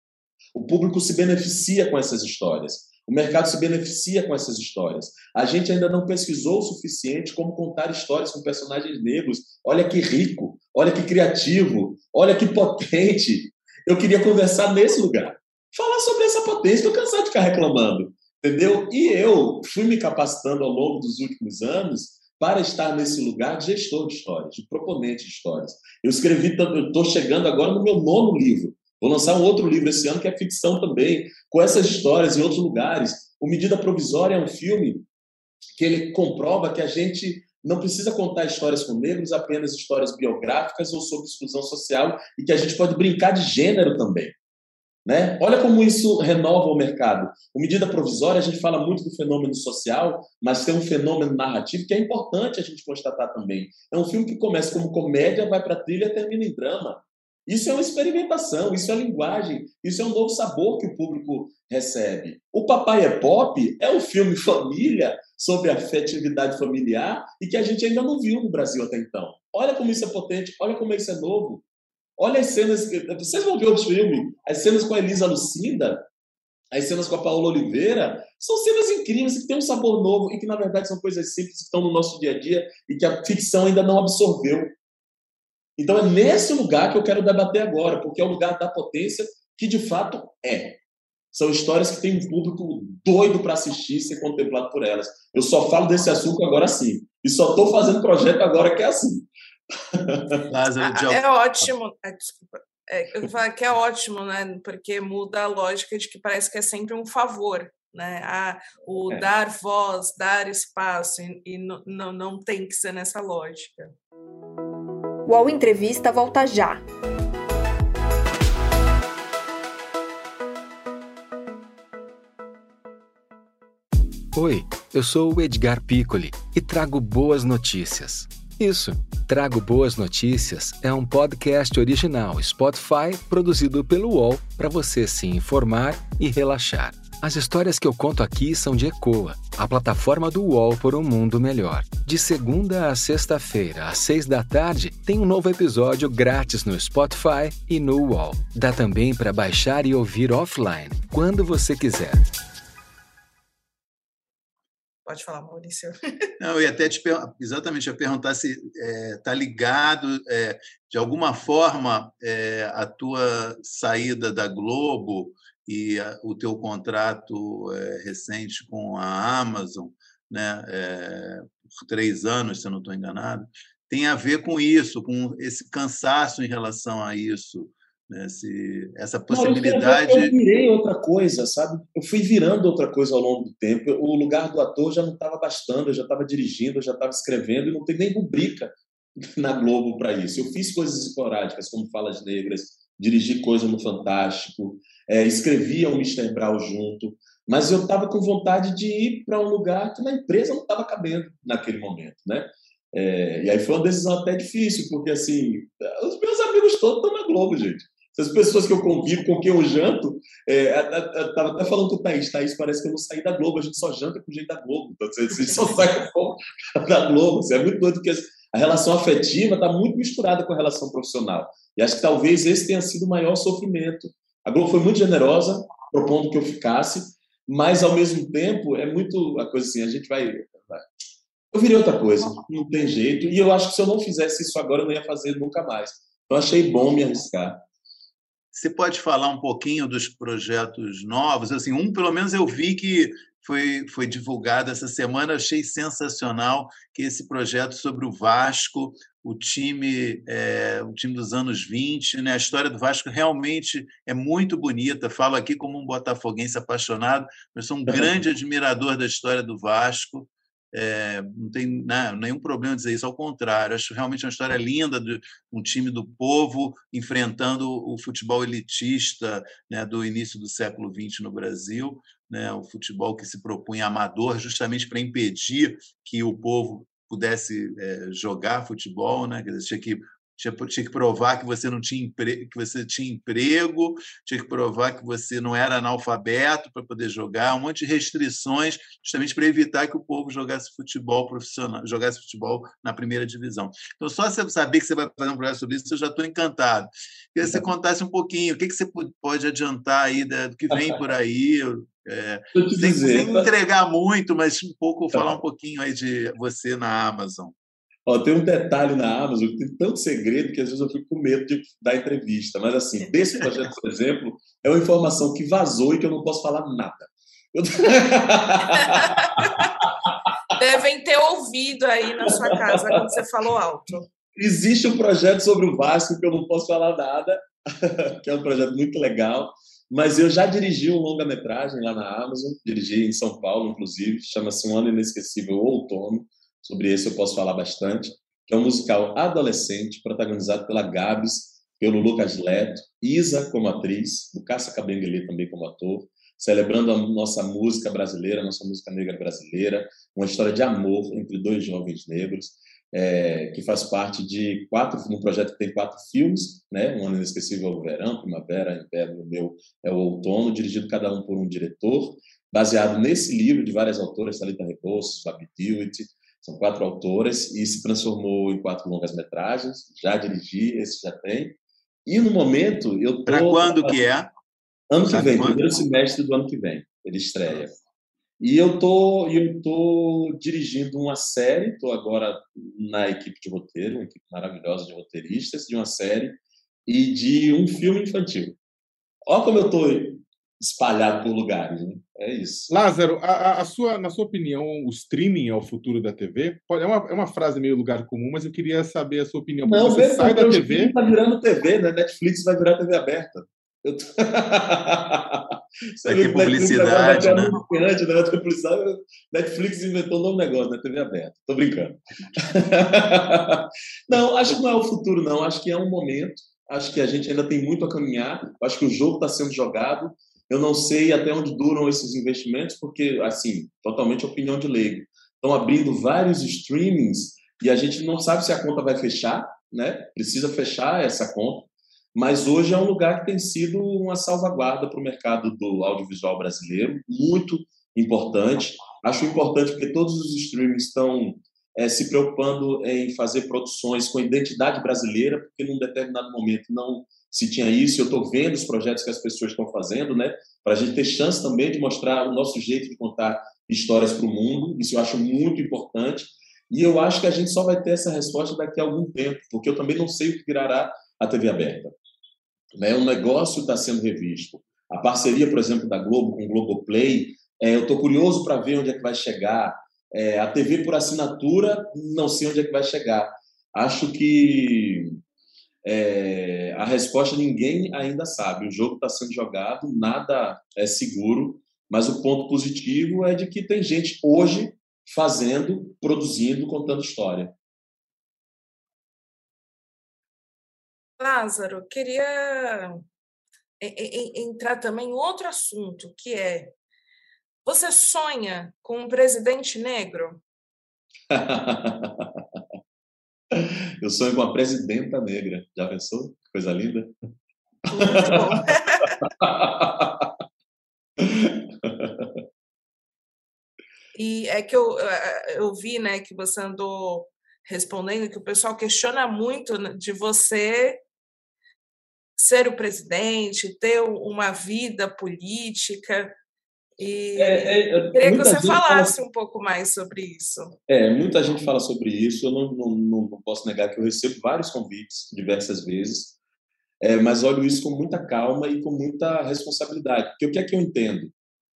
O público se beneficia com essas histórias. O mercado se beneficia com essas histórias. A gente ainda não pesquisou o suficiente como contar histórias com personagens negros. Olha que rico, olha que criativo, olha que potente. Eu queria conversar nesse lugar. Falar sobre essa potência, estou cansado de ficar reclamando. Entendeu? E eu fui me capacitando ao longo dos últimos anos para estar nesse lugar de gestor de histórias, de proponente de histórias. Eu escrevi, eu estou chegando agora no meu nono livro. Vou lançar um outro livro esse ano, que é ficção também, com essas histórias em outros lugares. O Medida Provisória é um filme que ele comprova que a gente não precisa contar histórias com negros, apenas histórias biográficas ou sobre exclusão social, e que a gente pode brincar de gênero também. Né? Olha como isso renova o mercado. O Medida Provisória, a gente fala muito do fenômeno social, mas tem um fenômeno narrativo que é importante a gente constatar também. É um filme que começa como comédia, vai para a trilha e termina em drama. Isso é uma experimentação, isso é linguagem, isso é um novo sabor que o público recebe. O Papai é Pop é um filme família sobre afetividade familiar e que a gente ainda não viu no Brasil até então. Olha como isso é potente, olha como isso é novo. Olha as cenas, vocês vão ver os filmes, as cenas com a Elisa Lucinda, as cenas com a Paola Oliveira, são cenas incríveis que têm um sabor novo e que, na verdade, são coisas simples que estão no nosso dia a dia e que a ficção ainda não absorveu. Então é nesse lugar que eu quero debater agora, porque é o lugar da potência que de fato é. São histórias que têm um público doido para assistir e ser contemplado por elas. Eu só falo desse assunto agora sim. E só estou fazendo projeto agora que é assim. Lázaro, de... É ótimo. É, desculpa. É, eu falo que é ótimo, né? Porque muda a lógica de que parece que é sempre um favor, né? Ah, o é. dar voz, dar espaço, e, e não, não, não tem que ser nessa lógica. O UOL Entrevista volta já. Oi, eu sou o Edgar Piccoli e trago boas notícias. Isso, Trago Boas Notícias é um podcast original Spotify produzido pelo UOL para você se informar e relaxar. As histórias que eu conto aqui são de Ecoa, a plataforma do UOL por um mundo melhor. De segunda a sexta-feira, às seis da tarde, tem um novo episódio grátis no Spotify e no UOL. Dá também para baixar e ouvir offline, quando você quiser. Pode falar, Maurício. Não, eu ia até te per... exatamente ia perguntar se está é, ligado, é, de alguma forma, é, a tua saída da Globo e a, o teu contrato é, recente com a Amazon, né, é, por três anos, se eu não estou enganado, tem a ver com isso, com esse cansaço em relação a isso. Esse, essa possibilidade... Não, eu, eu virei outra coisa, sabe? Eu fui virando outra coisa ao longo do tempo. O lugar do ator já não estava bastando, eu já estava dirigindo, eu já estava escrevendo, e não tem nem rubrica na Globo para isso. Eu fiz coisas esporádicas, como Falas Negras, dirigi coisa no Fantástico, é, escrevia o mister Brau junto, mas eu estava com vontade de ir para um lugar que na empresa não estava cabendo naquele momento, né? É, e aí foi uma decisão até difícil, porque assim, os meus amigos todos estão na Globo, gente. As pessoas que eu convivo, com quem eu janto, é, estava até falando com o Thaís, Thaís, parece que eu não saí da Globo, a gente só janta com gente da Globo, então, a gente só sai com da Globo. Assim, é muito doido, porque a relação afetiva está muito misturada com a relação profissional. E acho que talvez esse tenha sido o maior sofrimento. A Globo foi muito generosa, propondo que eu ficasse, mas, ao mesmo tempo, é muito a coisa assim, a gente vai... vai. Eu virei outra coisa, não tem jeito, e eu acho que se eu não fizesse isso agora, eu não ia fazer nunca mais. Então, achei bom me arriscar. Você pode falar um pouquinho dos projetos novos? Assim, um, pelo menos, eu vi que foi, foi divulgado essa semana, achei sensacional, que esse projeto sobre o Vasco, o time, é, o time dos anos vinte, né? A história do Vasco realmente é muito bonita. Falo aqui como um botafoguense apaixonado, mas sou um grande admirador da história do Vasco. É, não tem não, nenhum problema dizer isso, ao contrário, acho realmente uma história linda de um time do povo enfrentando o futebol elitista, né, do início do século vinte no Brasil, né, o futebol que se propunha amador justamente para impedir que o povo pudesse é, jogar futebol, né, quer dizer, tinha que Tinha, tinha que provar que você não tinha emprego, que você tinha emprego, tinha que provar que você não era analfabeto para poder jogar, um monte de restrições, justamente para evitar que o povo jogasse futebol profissional, jogasse futebol na primeira divisão. Então, só você saber que você vai fazer um projeto sobre isso, eu já estou encantado. Queria que você contasse um pouquinho, o que, que você pode adiantar aí do que vem por aí, é, sem, sem entregar muito, mas um pouco, falar um pouquinho aí de você na Amazon. Ó, tem um detalhe na Amazon que tem tanto segredo que às vezes eu fico com medo de dar entrevista. Mas, assim, desse projeto, por exemplo, é uma informação que vazou e que eu não posso falar nada. Eu... Devem ter ouvido aí na sua casa quando você falou alto. Existe um projeto sobre o Vasco que eu não posso falar nada, que é um projeto muito legal. Mas eu já dirigi um longa-metragem lá na Amazon, dirigi em São Paulo, inclusive, chama-se Um Ano Inesquecível, o Outono. Sobre esse eu posso falar bastante, que é um musical adolescente, protagonizado pela Gabs, pelo Lucas Leto, Isa como atriz, o Cássia Cabenguele também como ator, celebrando a nossa música brasileira, a nossa música negra brasileira, uma história de amor entre dois jovens negros, é, que faz parte de quatro, um projeto que tem quatro filmes, né? Um Ano Inesquecível é o Verão, Primavera, Inverno, o meu é o Outono, dirigido cada um por um diretor, baseado nesse livro de várias autoras, Thalita Rebouças, Babi Dewitt. São quatro autoras e se transformou em quatro longas-metragens. Já dirigi, esse já tem. E, no momento, eu tô... Para quando que é? Ano que Sabe vem, quando? primeiro semestre do ano que vem. Ele estreia. E eu tô, eu tô dirigindo uma série, estou agora na equipe de roteiro, uma equipe maravilhosa de roteiristas, de uma série e de um filme infantil. Olha como eu estou espalhado por lugares, né? É isso. Lázaro, a, a sua, na sua opinião, o streaming é o futuro da T V? É uma, é uma frase meio lugar comum, mas eu queria saber a sua opinião. Não, você sai da T V... está virando T V, né? Netflix vai virar T V aberta. Eu tô... Vai ter publicidade, né? Antes, né? Publicidade, Netflix inventou um novo negócio, né? T V aberta. Tô brincando. Não, acho que não é o futuro, não. Acho que é um momento. Acho que a gente ainda tem muito a caminhar. Acho que o jogo está sendo jogado. Eu não sei até onde duram esses investimentos, porque, assim, totalmente opinião de leigo. Estão abrindo vários streamings e a gente não sabe se a conta vai fechar, né? Precisa fechar essa conta. Mas hoje é um lugar que tem sido uma salvaguarda para o mercado do audiovisual brasileiro, muito importante. Acho importante porque todos os streamings estão é, se preocupando em fazer produções com identidade brasileira, porque num determinado momento não se tinha isso. Eu estou vendo os projetos que as pessoas estão fazendo, né, para a gente ter chance também de mostrar o nosso jeito de contar histórias para o mundo. Isso eu acho muito importante. E eu acho que a gente só vai ter essa resposta daqui a algum tempo, porque eu também não sei o que virará a T V aberta. Né? O negócio está sendo revisto. A parceria, por exemplo, da Globo com o Globoplay, é, eu estou curioso para ver onde é que vai chegar. É, a T V por assinatura, não sei onde é que vai chegar. Acho que é, a resposta ninguém ainda sabe. O jogo está sendo jogado, nada é seguro, mas o ponto positivo é de que tem gente hoje fazendo, produzindo, contando história. Lázaro, queria entrar também em outro assunto, que é: você sonha com um presidente negro? Eu sonho com uma presidenta negra. Já pensou? Que coisa linda. Muito bom. E é que eu, eu vi, né, que você andou respondendo que o pessoal questiona muito de você ser o presidente, ter uma vida política. E é, é, queria que você falasse fala... um pouco mais sobre isso. É, muita gente fala sobre isso. Eu não, não, não posso negar que eu recebo vários convites diversas vezes, é, mas olho isso com muita calma e com muita responsabilidade. Porque o que é que eu entendo?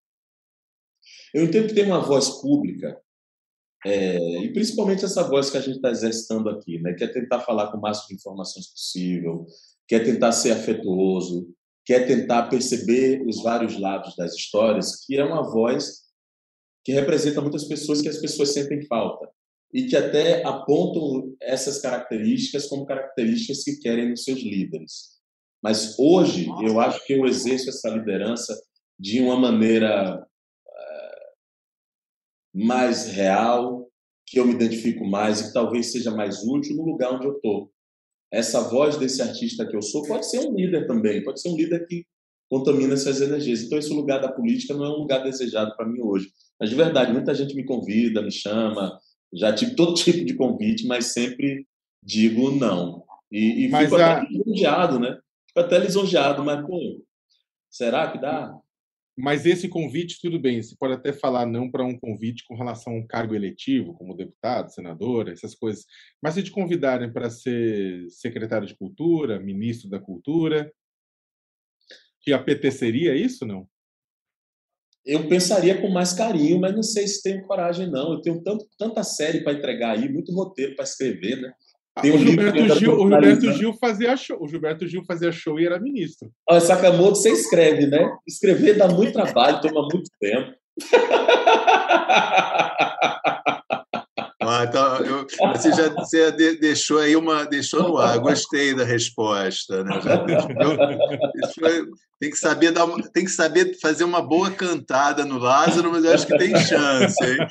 Eu entendo que tem uma voz pública, é, e principalmente essa voz que a gente está exercitando aqui, né, que é tentar falar com o máximo de informações possível, quer tentar ser afetuoso, quer tentar perceber os vários lados das histórias, que é uma voz que representa muitas pessoas que as pessoas sentem falta e que até apontam essas características como características que querem nos seus líderes. Mas hoje eu acho que eu exerço essa liderança de uma maneira uh, mais real, que eu me identifico mais e que talvez seja mais útil no lugar onde eu estou. Essa voz desse artista que eu sou pode ser um líder também, pode ser um líder que contamina essas energias. Então, esse lugar da política não é um lugar desejado para mim hoje. Mas, de verdade, muita gente me convida, me chama, já tive todo tipo de convite, mas sempre digo não. E, e fico a... até lisonjeado, né? Fico até lisonjeado, mas, pô, será que dá? Mas esse convite, tudo bem, você pode até falar não para um convite com relação a um cargo eletivo, como deputado, senador, essas coisas. Mas se te convidarem para ser secretário de Cultura, ministro da Cultura, te apeteceria isso, não? Eu pensaria com mais carinho, mas não sei se tenho coragem, não. Eu tenho tanto, tanta série para entregar aí, muito roteiro para escrever, né? Tem um o, Gilberto Gil, o, Gilberto Gil fazia show, o Gilberto Gil fazia show e era ministro. Olha, Sakamoto, você escreve, né? Escrever dá muito trabalho, toma muito tempo. Ah, então, eu, você já você deixou aí uma, deixou no ar. Gostei da resposta, né? Já deixou, deixou, tem que saber dar, uma, tem que saber fazer uma boa cantada no Lázaro, mas eu acho que tem chance, hein?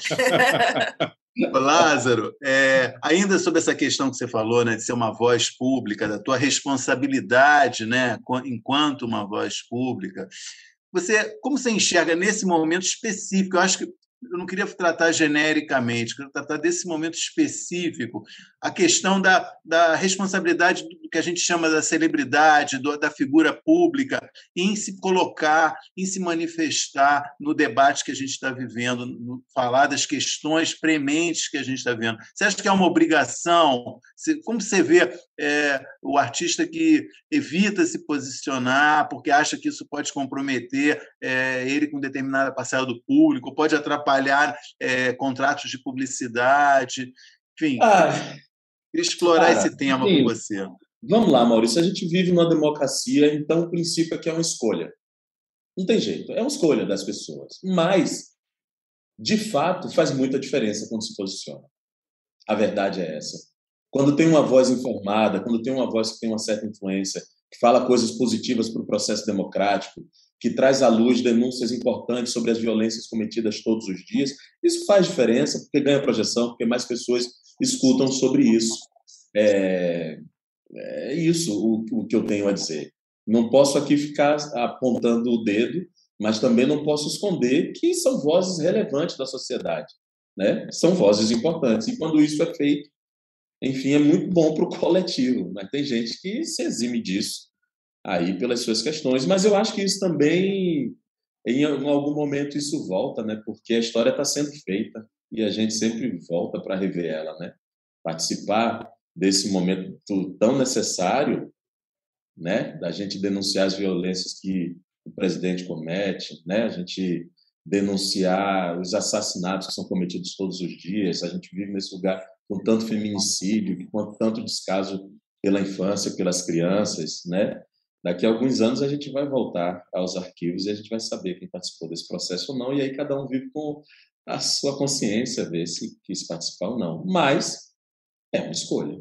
Lázaro, é, ainda sobre essa questão que você falou, né, de ser uma voz pública, da tua responsabilidade, né, enquanto uma voz pública, você, como você enxerga nesse momento específico? Eu acho que eu não queria tratar genericamente, eu queria tratar desse momento específico, a questão da, da responsabilidade do que a gente chama da celebridade, do, da figura pública, em se colocar, em se manifestar no debate que a gente está vivendo, no, falar das questões prementes que a gente está vendo. Você acha que é uma obrigação? Como você vê é, o artista que evita se posicionar porque acha que isso pode comprometer é, ele com determinada parcela do público, pode atrapalhar é, contratos de publicidade, enfim, ah, queria explorar cara, esse tema sim. com você. Vamos lá, Maurício, a gente vive numa democracia, então o princípio aqui é uma escolha. Não tem jeito, é uma escolha das pessoas. Mas, de fato, faz muita diferença quando se posiciona. A verdade é essa. Quando tem uma voz informada, quando tem uma voz que tem uma certa influência, que fala coisas positivas para o processo democrático, que traz à luz denúncias importantes sobre as violências cometidas todos os dias, isso faz diferença, porque ganha projeção, porque mais pessoas escutam sobre isso. É, é isso o, o que eu tenho a dizer. Não posso aqui ficar apontando o dedo, mas também não posso esconder que são vozes relevantes da sociedade, né? São vozes importantes. E quando isso é feito, enfim, é muito bom para o coletivo. Mas tem gente que se exime disso aí pelas suas questões. Mas eu acho que isso também, em algum momento, isso volta, né? Porque a história está sendo feita e a gente sempre volta para rever ela, né? Participar desse momento tão necessário, né? Da gente denunciar as violências que o presidente comete, né? A gente denunciar os assassinatos que são cometidos todos os dias. A gente vive nesse lugar com tanto feminicídio, com tanto descaso pela infância, pelas crianças, né? Daqui a alguns anos a gente vai voltar aos arquivos e a gente vai saber quem participou desse processo ou não, e aí cada um vive com a sua consciência, ver se quis participar ou não. Mas é uma escolha.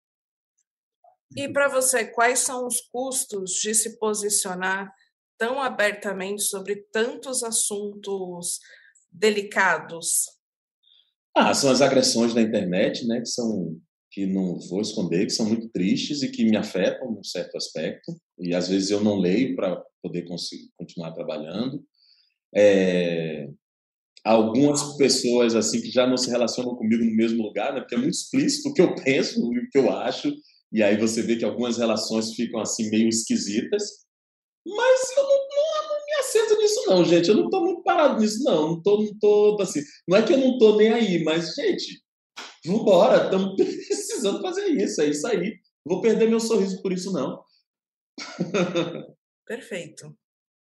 E para você, quais são os custos de se posicionar tão abertamente sobre tantos assuntos delicados? Ah, são as agressões na internet, né, que são, que não vou esconder, que são muito tristes e que me afetam num certo aspecto, e às vezes eu não leio para poder conseguir continuar trabalhando. É, algumas pessoas assim que já não se relacionam comigo no mesmo lugar, né, porque é muito explícito o que eu penso e o que eu acho, e aí você vê que algumas relações ficam assim meio esquisitas, mas eu não, não, não me assento nisso não, gente, eu não estou muito parado nisso não, não estou não tô, assim, não é que eu não estou nem aí, mas, gente, vambora, estamos precisando fazer isso, é isso aí, vou perder meu sorriso por isso não. Perfeito.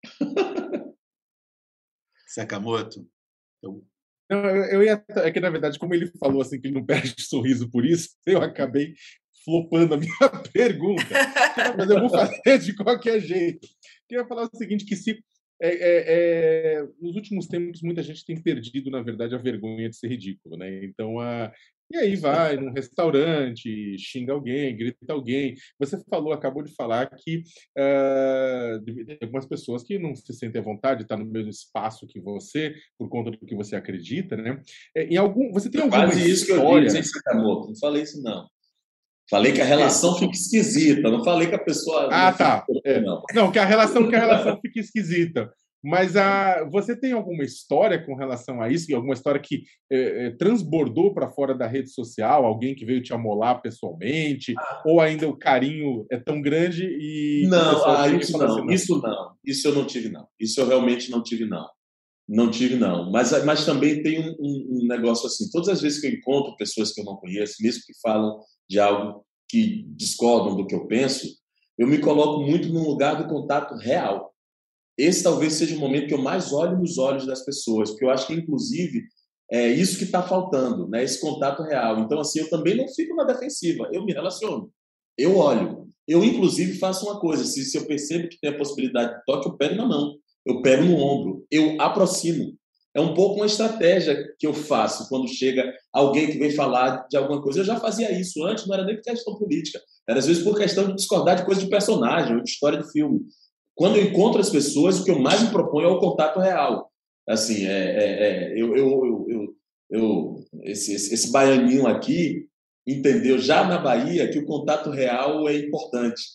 Sakamoto? Então... Não, eu ia, é que, na verdade, como ele falou assim que ele não perde sorriso por isso, eu acabei flopando a minha pergunta. Mas eu vou fazer de qualquer jeito. Eu ia falar o seguinte, que se é, é, é, nos últimos tempos muita gente tem perdido, na verdade, a vergonha de ser ridículo, né? Então, a, e aí vai num restaurante, xinga alguém, grita alguém. Você falou, acabou de falar que uh, tem algumas pessoas que não se sentem à vontade de estar no mesmo espaço que você, por conta do que você acredita, né? Em algum, você tem alguma quase isso história... que eu disse, hein, Sakamoto? Não falei isso, não. Falei que a relação fica esquisita, não falei que a pessoa... Ah, tá. É. Não. não, que a relação, que a relação fica esquisita. Mas a, você tem alguma história com relação a isso? Alguma história que é, é, transbordou para fora da rede social? Alguém que veio te amolar pessoalmente? Ah. Ou ainda o carinho é tão grande e... Não, ah, isso, não. Assim, não, isso não. Isso eu não tive, não. Isso eu realmente não tive, não. Não tive, não. Mas, mas também tem um, um, um negócio assim. Todas as vezes que eu encontro pessoas que eu não conheço, mesmo que falam de algo que discordam do que eu penso, eu me coloco muito no lugar do contato real. Esse talvez seja o momento que eu mais olho nos olhos das pessoas, porque eu acho que, inclusive, é isso que está faltando, né? Esse contato real. Então, assim, eu também não fico na defensiva, eu me relaciono, eu olho. Eu, inclusive, faço uma coisa, se, se eu percebo que tem a possibilidade de toque, eu pego na mão, eu pego no ombro, eu aproximo. É um pouco uma estratégia que eu faço quando chega alguém que vem falar de alguma coisa. Eu já fazia isso antes, não era nem por questão política, era às vezes por questão de discordar de coisa de personagem ou de história de filme. Quando eu encontro as pessoas, o que eu mais me proponho é o contato real. Assim, é, é, é, eu, eu, eu, eu, eu, esse, esse, esse baianinho aqui entendeu já na Bahia que o contato real é importante.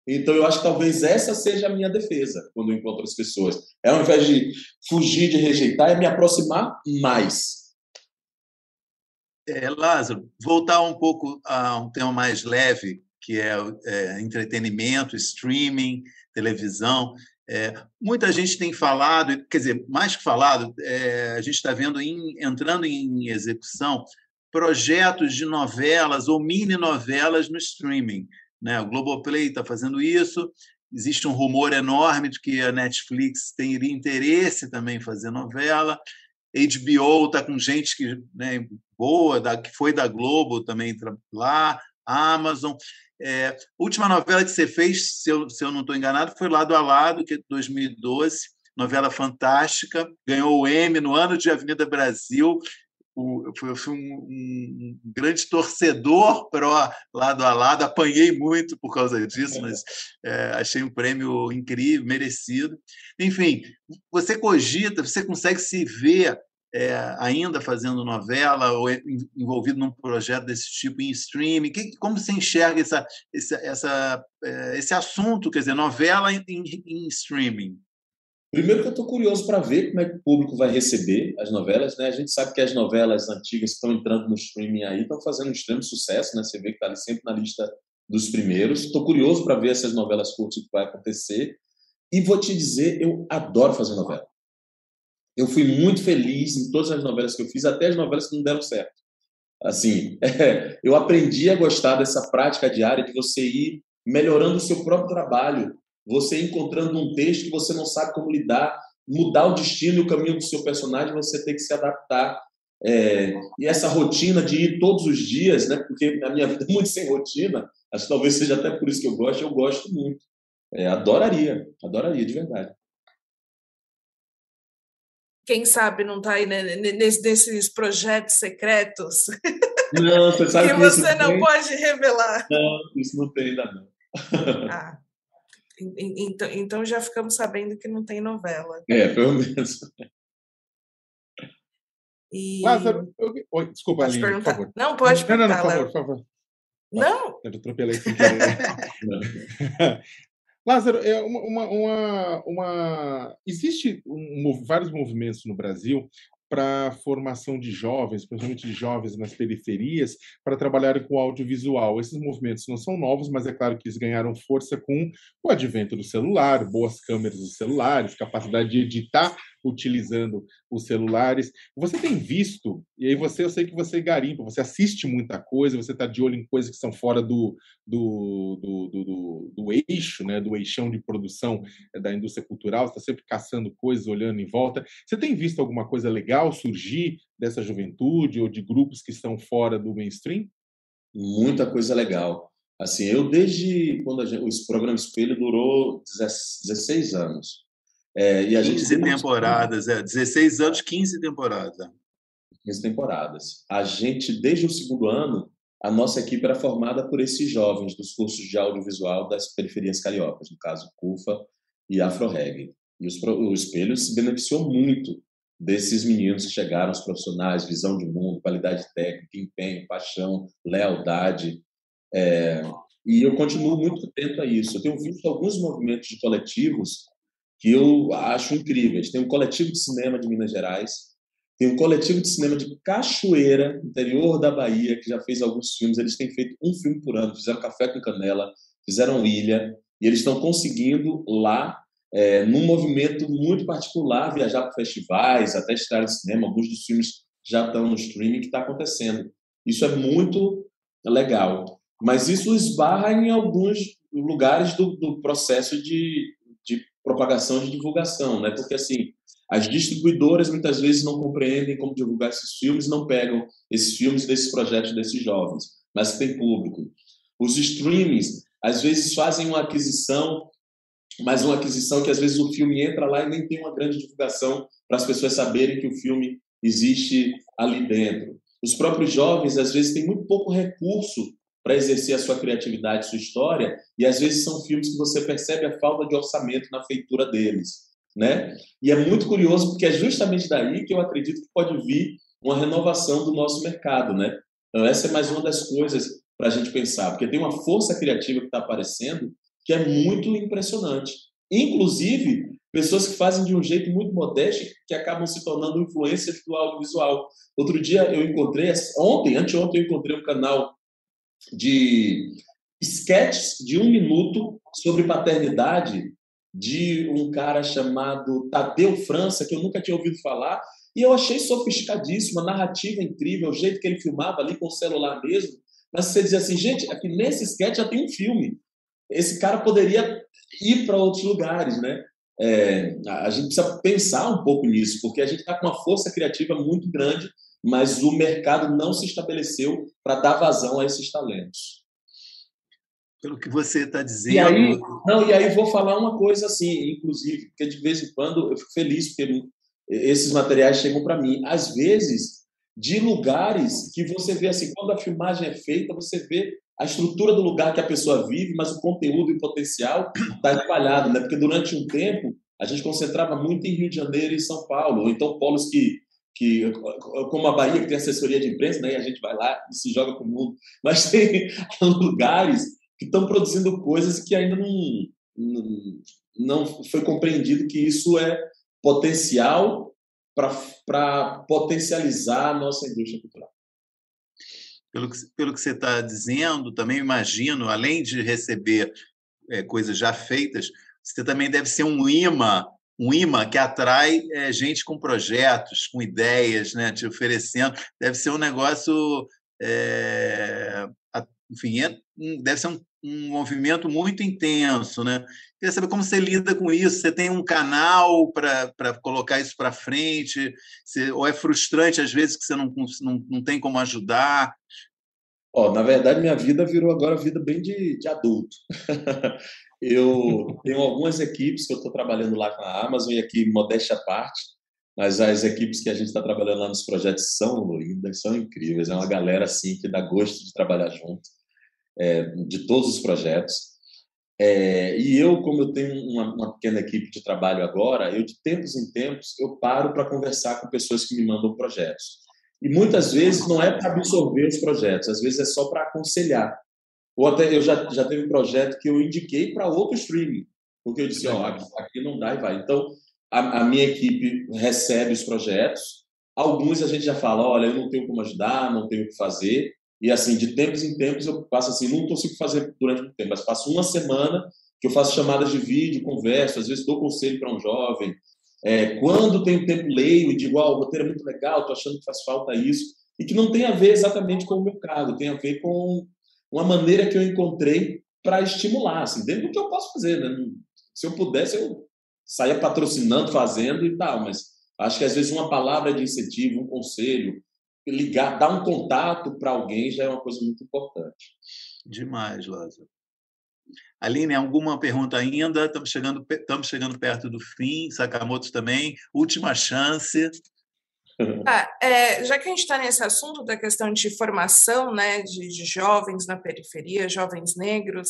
Então, eu acho que talvez essa seja a minha defesa quando eu encontro as pessoas. É, ao invés de fugir, de rejeitar, é me aproximar mais. É, Lázaro, voltar um pouco a um tema mais leve, que é, é entretenimento, streaming, televisão. É, muita gente tem falado, quer dizer, mais que falado, é, a gente está vendo em, entrando em execução projetos de novelas ou mini-novelas no streaming, né? O Globoplay está fazendo isso, existe um rumor enorme de que a Netflix teria interesse também em fazer novela, H B O está com gente que, né, boa, da, que foi da Globo também lá, a Amazon. É, a última novela que você fez, se eu, se eu não estou enganado, foi Lado a Lado, que é de dois mil e doze, novela fantástica, ganhou o Emmy no ano de Avenida Brasil. Eu fui um, um grande torcedor pró Lado a Lado, apanhei muito por causa disso, mas é, achei um prêmio incrível, merecido. Enfim, você cogita, você consegue se ver é, ainda fazendo novela ou envolvido num projeto desse tipo em streaming? Que, como você enxerga essa, esse, essa, esse assunto, quer dizer, novela em, em, em streaming? Primeiro que eu estou curioso para ver como é que o público vai receber as novelas, né? A gente sabe que as novelas antigas que estão entrando no streaming aí estão fazendo um extremo sucesso, né? Você vê que está ali sempre na lista dos primeiros. Estou curioso para ver essas novelas curtas que vai acontecer. E vou te dizer, eu adoro fazer novela. Eu fui muito feliz em todas as novelas que eu fiz, até as novelas que não deram certo. Assim, é, eu aprendi a gostar dessa prática diária de você ir melhorando o seu próprio trabalho, você encontrando um texto que você não sabe como lidar, mudar o destino e o caminho do seu personagem, você tem que se adaptar. É, e essa rotina de ir todos os dias, né? Porque a minha vida é muito sem rotina, acho que talvez seja até por isso que eu gosto, eu gosto muito. É, adoraria, adoraria, de verdade. Quem sabe não está aí, né, nesses projetos secretos não, você sabe que, que você não tem? Pode revelar. Não, isso não tem ainda não. Ah. Então, então já ficamos sabendo que não tem novela. É, pelo menos. E... Lázaro, eu... Oi, desculpa, pode Aline, perguntar. por favor. Não, pode não, perguntar. Não, não, por favor, por favor. Não? Eu atropelei sem querer. Lázaro, é uma, uma, uma, uma... existe um, vários movimentos no Brasil para a formação de jovens, principalmente de jovens nas periferias, para trabalharem com audiovisual. Esses movimentos não são novos, mas é claro que eles ganharam força com o advento do celular, boas câmeras dos celulares, capacidade de editar utilizando os celulares. Você tem visto, e aí você, eu sei que você garimpa, você assiste muita coisa, você está de olho em coisas que são fora do, do, do, do, do, do eixo, né, do eixão de produção da indústria cultural, você está sempre caçando coisas, olhando em volta. Você tem visto alguma coisa legal surgir dessa juventude ou de grupos que estão fora do mainstream? Muita coisa legal. Assim, eu desde quando a gente, o programa Espelho durou dezesseis anos. É, e a quinze gente temporadas, é, dezesseis anos, quinze temporadas. quinze temporadas. A gente, desde o segundo ano, a nossa equipe era formada por esses jovens dos cursos de audiovisual das periferias cariocas, no caso, CUFA e Afro-Reg. E os, o Espelho se beneficiou muito desses meninos que chegaram, os profissionais, visão de mundo, qualidade técnica, empenho, paixão, lealdade. É, e eu continuo muito atento a isso. Eu tenho visto alguns movimentos de coletivos que eu acho incríveis. Tem um coletivo de cinema de Minas Gerais, tem um coletivo de cinema de Cachoeira, interior da Bahia, que já fez alguns filmes. Eles têm feito um filme por ano, fizeram Café com Canela, fizeram Ilha, e eles estão conseguindo lá, é, num movimento muito particular, viajar para festivais, até estrear no cinema. Alguns dos filmes já estão no streaming, que está acontecendo. Isso é muito legal. Mas isso esbarra em alguns lugares do, do processo de, de propagação, de divulgação, né? Porque, assim, as distribuidoras muitas vezes não compreendem como divulgar esses filmes, não pegam esses filmes desses projetos desses jovens, mas que tem público. Os streamings, às vezes, fazem uma aquisição, mas uma aquisição que, às vezes, o filme entra lá e nem tem uma grande divulgação para as pessoas saberem que o filme existe ali dentro. Os próprios jovens, às vezes, têm muito pouco recurso para exercer a sua criatividade, sua história, e às vezes são filmes que você percebe a falta de orçamento na feitura deles, né? E é muito curioso, porque é justamente daí que eu acredito que pode vir uma renovação do nosso mercado, né? Então essa é mais uma das coisas para a gente pensar, porque tem uma força criativa que está aparecendo que é muito impressionante. Inclusive, pessoas que fazem de um jeito muito modesto, que acabam se tornando influências do audiovisual. Outro dia eu encontrei, ontem, anteontem eu encontrei um canal de sketches de um minuto sobre paternidade de um cara chamado Tadeu França, que eu nunca tinha ouvido falar, e eu achei sofisticadíssimo, a narrativa incrível, o jeito que ele filmava ali com o celular mesmo. Mas você dizia assim, gente, aqui nesse sketch já tem um filme. Esse cara poderia ir para outros lugares, né? É, a gente precisa pensar um pouco nisso, porque a gente está com uma força criativa muito grande, mas o mercado não se estabeleceu para dar vazão a esses talentos. Pelo que você está dizendo... E aí, não, e aí vou falar uma coisa assim, inclusive, porque de vez em quando eu fico feliz porque esses materiais chegam para mim. Às vezes, de lugares que você vê assim, quando a filmagem é feita, você vê a estrutura do lugar que a pessoa vive, mas o conteúdo e o potencial está espalhado, né? Porque durante um tempo a gente concentrava muito em Rio de Janeiro e São Paulo, ou então polos que, que como a Bahia, que tem assessoria de imprensa, né? E a gente vai lá e se joga para o mundo. Mas tem lugares que estão produzindo coisas que ainda não, não, não foi compreendido que isso é potencial para potencializar a nossa indústria cultural. Pelo que, pelo que você está dizendo, também imagino, além de receber é, coisas já feitas, você também deve ser um imã, um imã que atrai é, gente com projetos, com ideias, né, te oferecendo. Deve ser um negócio, é, enfim, é, deve ser um, um movimento muito intenso, né? Queria saber como você lida com isso. Você tem um canal para colocar isso para frente? Você, ou é frustrante, às vezes, que você não, não, não tem como ajudar? Oh, na verdade, minha vida virou agora vida bem de, de adulto. Eu tenho algumas equipes que eu estou trabalhando lá com a Amazon, e aqui, modéstia à parte, mas as equipes que a gente está trabalhando lá nos projetos são lindas, são incríveis. É uma galera assim, que dá gosto de trabalhar junto, é, de todos os projetos. É, e eu, como eu tenho uma, uma pequena equipe de trabalho agora, eu de tempos em tempos eu paro para conversar com pessoas que me mandam projetos. E muitas vezes não é para absorver os projetos, às vezes é só para aconselhar. Ou até eu já, já teve um projeto que eu indiquei para outro streaming, porque eu disse, ó, aqui, aqui não dá e vai. Então, a, a minha equipe recebe os projetos, alguns a gente já fala, olha, eu não tenho como ajudar, não tenho o que fazer. E, assim, de tempos em tempos, eu passo assim, não consigo fazer durante muito tempo, mas passo uma semana que eu faço chamadas de vídeo, converso, às vezes dou conselho para um jovem. É, quando tenho tempo, leio e digo, oh, o roteiro é muito legal, estou achando que faz falta isso. E que não tem a ver exatamente com o meu cargo, tem a ver com uma maneira que eu encontrei para estimular, assim, dentro do que eu posso fazer. Né? Se eu pudesse, eu saia patrocinando, fazendo e tal, mas acho que, às vezes, uma palavra de incentivo, um conselho, ligar, dar um contato para alguém já é uma coisa muito importante. Demais, Lázaro. Aline, alguma pergunta ainda? Estamos chegando, estamos chegando perto do fim. Sakamoto também. Última chance. Ah, é, já que a gente está nesse assunto da questão de formação, né, de, de jovens na periferia, jovens negros,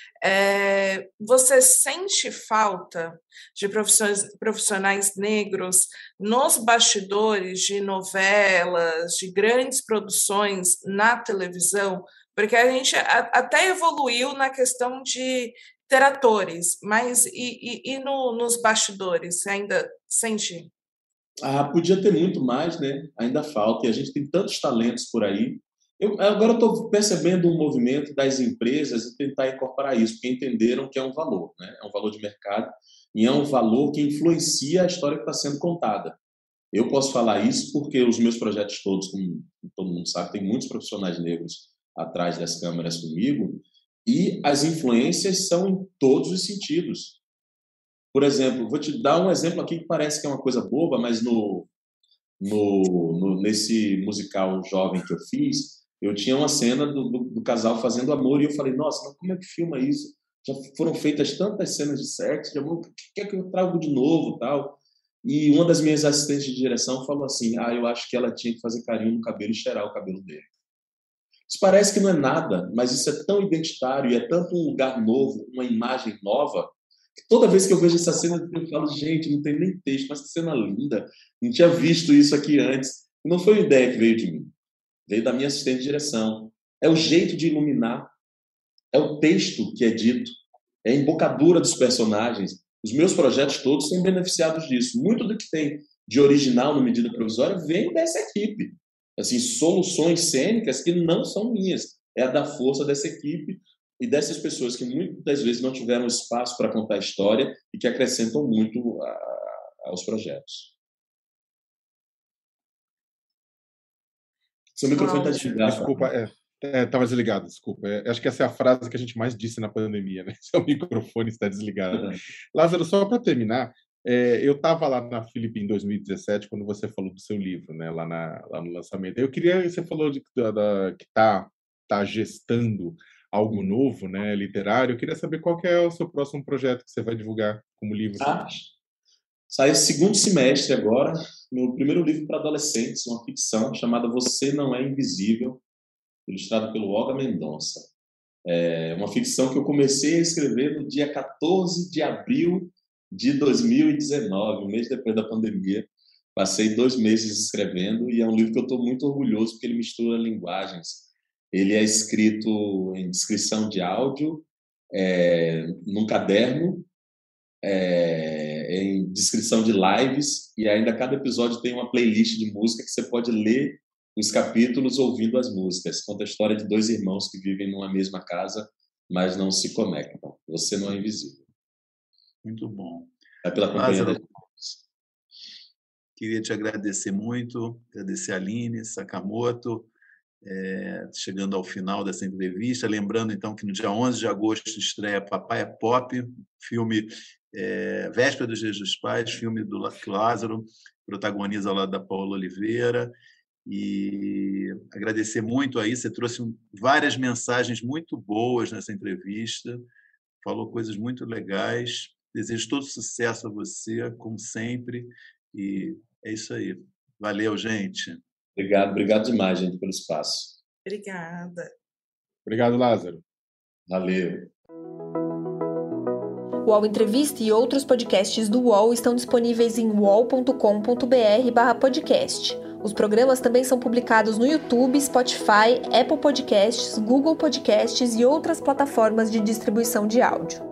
é, você sente falta de profissionais, profissionais negros nos bastidores de novelas, de grandes produções na televisão? Porque a gente até evoluiu na questão de ter atores, mas e, e, e no, nos bastidores? Você ainda sente? Ah, podia ter muito mais, né? Ainda falta. E a gente tem tantos talentos por aí. Eu, agora eu estou percebendo um movimento das empresas em tentar incorporar isso, porque entenderam que é um valor, né? É um valor de mercado e é um valor que influencia a história que está sendo contada. Eu posso falar isso porque os meus projetos todos, como todo mundo sabe, tem muitos profissionais negros atrás das câmeras comigo, e as influências são em todos os sentidos. Por exemplo, vou te dar um exemplo aqui que parece que é uma coisa boba, mas no, no, no, nesse musical jovem que eu fiz, eu tinha uma cena do, do, do casal fazendo amor, e eu falei, nossa, mas como é que filma isso? Já foram feitas tantas cenas de sexo, de amor, o que é que eu trago de novo, tal? E uma das minhas assistentes de direção falou assim, ah, eu acho que ela tinha que fazer carinho no cabelo e cheirar o cabelo dele. Isso parece que não é nada, mas isso é tão identitário e é tanto um lugar novo, uma imagem nova, que toda vez que eu vejo essa cena, eu falo, gente, não tem nem texto, mas que cena linda, não tinha visto isso aqui antes. Não foi uma ideia que veio de mim, veio da minha assistente de direção. É o jeito de iluminar, é o texto que é dito, é a embocadura dos personagens. Os meus projetos todos são beneficiados disso. Muito do que tem de original no Medida Provisória vem dessa equipe. Assim, soluções cênicas que não são minhas, é a da força dessa equipe e dessas pessoas que muitas vezes não tiveram espaço para contar a história e que acrescentam muito a, aos projetos. Seu microfone está desligado. Desculpa, é, estava é, desligado, desculpa. É, acho que essa é a frase que a gente mais disse na pandemia, né? Seu microfone está desligado. Uhum. Lázaro, só para terminar, é, eu estava lá na Philip em dois mil e dezessete, quando você falou do seu livro, né? Lá, na, lá no lançamento. Eu queria, você falou de, da, da, que está tá gestando algo novo, né, literário. Eu queria saber qual que é o seu próximo projeto que você vai divulgar como livro. Ah, sai segundo semestre agora, meu primeiro livro para adolescentes, uma ficção chamada Você Não É Invisível, ilustrado pelo Olga Mendonça. É uma ficção que eu comecei a escrever no dia quatorze de abril de dois mil e dezenove, um mês depois da pandemia. Passei dois meses escrevendo e é um livro que eu estou muito orgulhoso porque ele mistura linguagens. Ele é escrito em descrição de áudio, é, num caderno, é, em descrição de lives, e ainda cada episódio tem uma playlist de música que você pode ler os capítulos ouvindo as músicas. Conta a história de dois irmãos que vivem numa mesma casa, mas não se conectam. Você Não É Invisível. Muito bom. É pela companhia da... Queria te agradecer muito, agradecer a Aline Sakamoto, É, chegando ao final dessa entrevista, lembrando então que no dia onze de agosto estreia Papai é Pop, filme é, Véspera dos Dias dos Pais, filme do Lázaro, protagoniza ao lado da Paula Oliveira, e agradecer muito aí, você trouxe várias mensagens muito boas nessa entrevista, falou coisas muito legais, desejo todo sucesso a você, como sempre, e é isso aí. Valeu, gente. Obrigado, obrigado demais, gente, pelo espaço. Obrigada. Obrigado, Lázaro. Valeu. O U O L Entrevista e outros podcasts do U O L estão disponíveis em u o l ponto com ponto b r barra podcast. Os programas também são publicados no YouTube, Spotify, Apple Podcasts, Google Podcasts e outras plataformas de distribuição de áudio.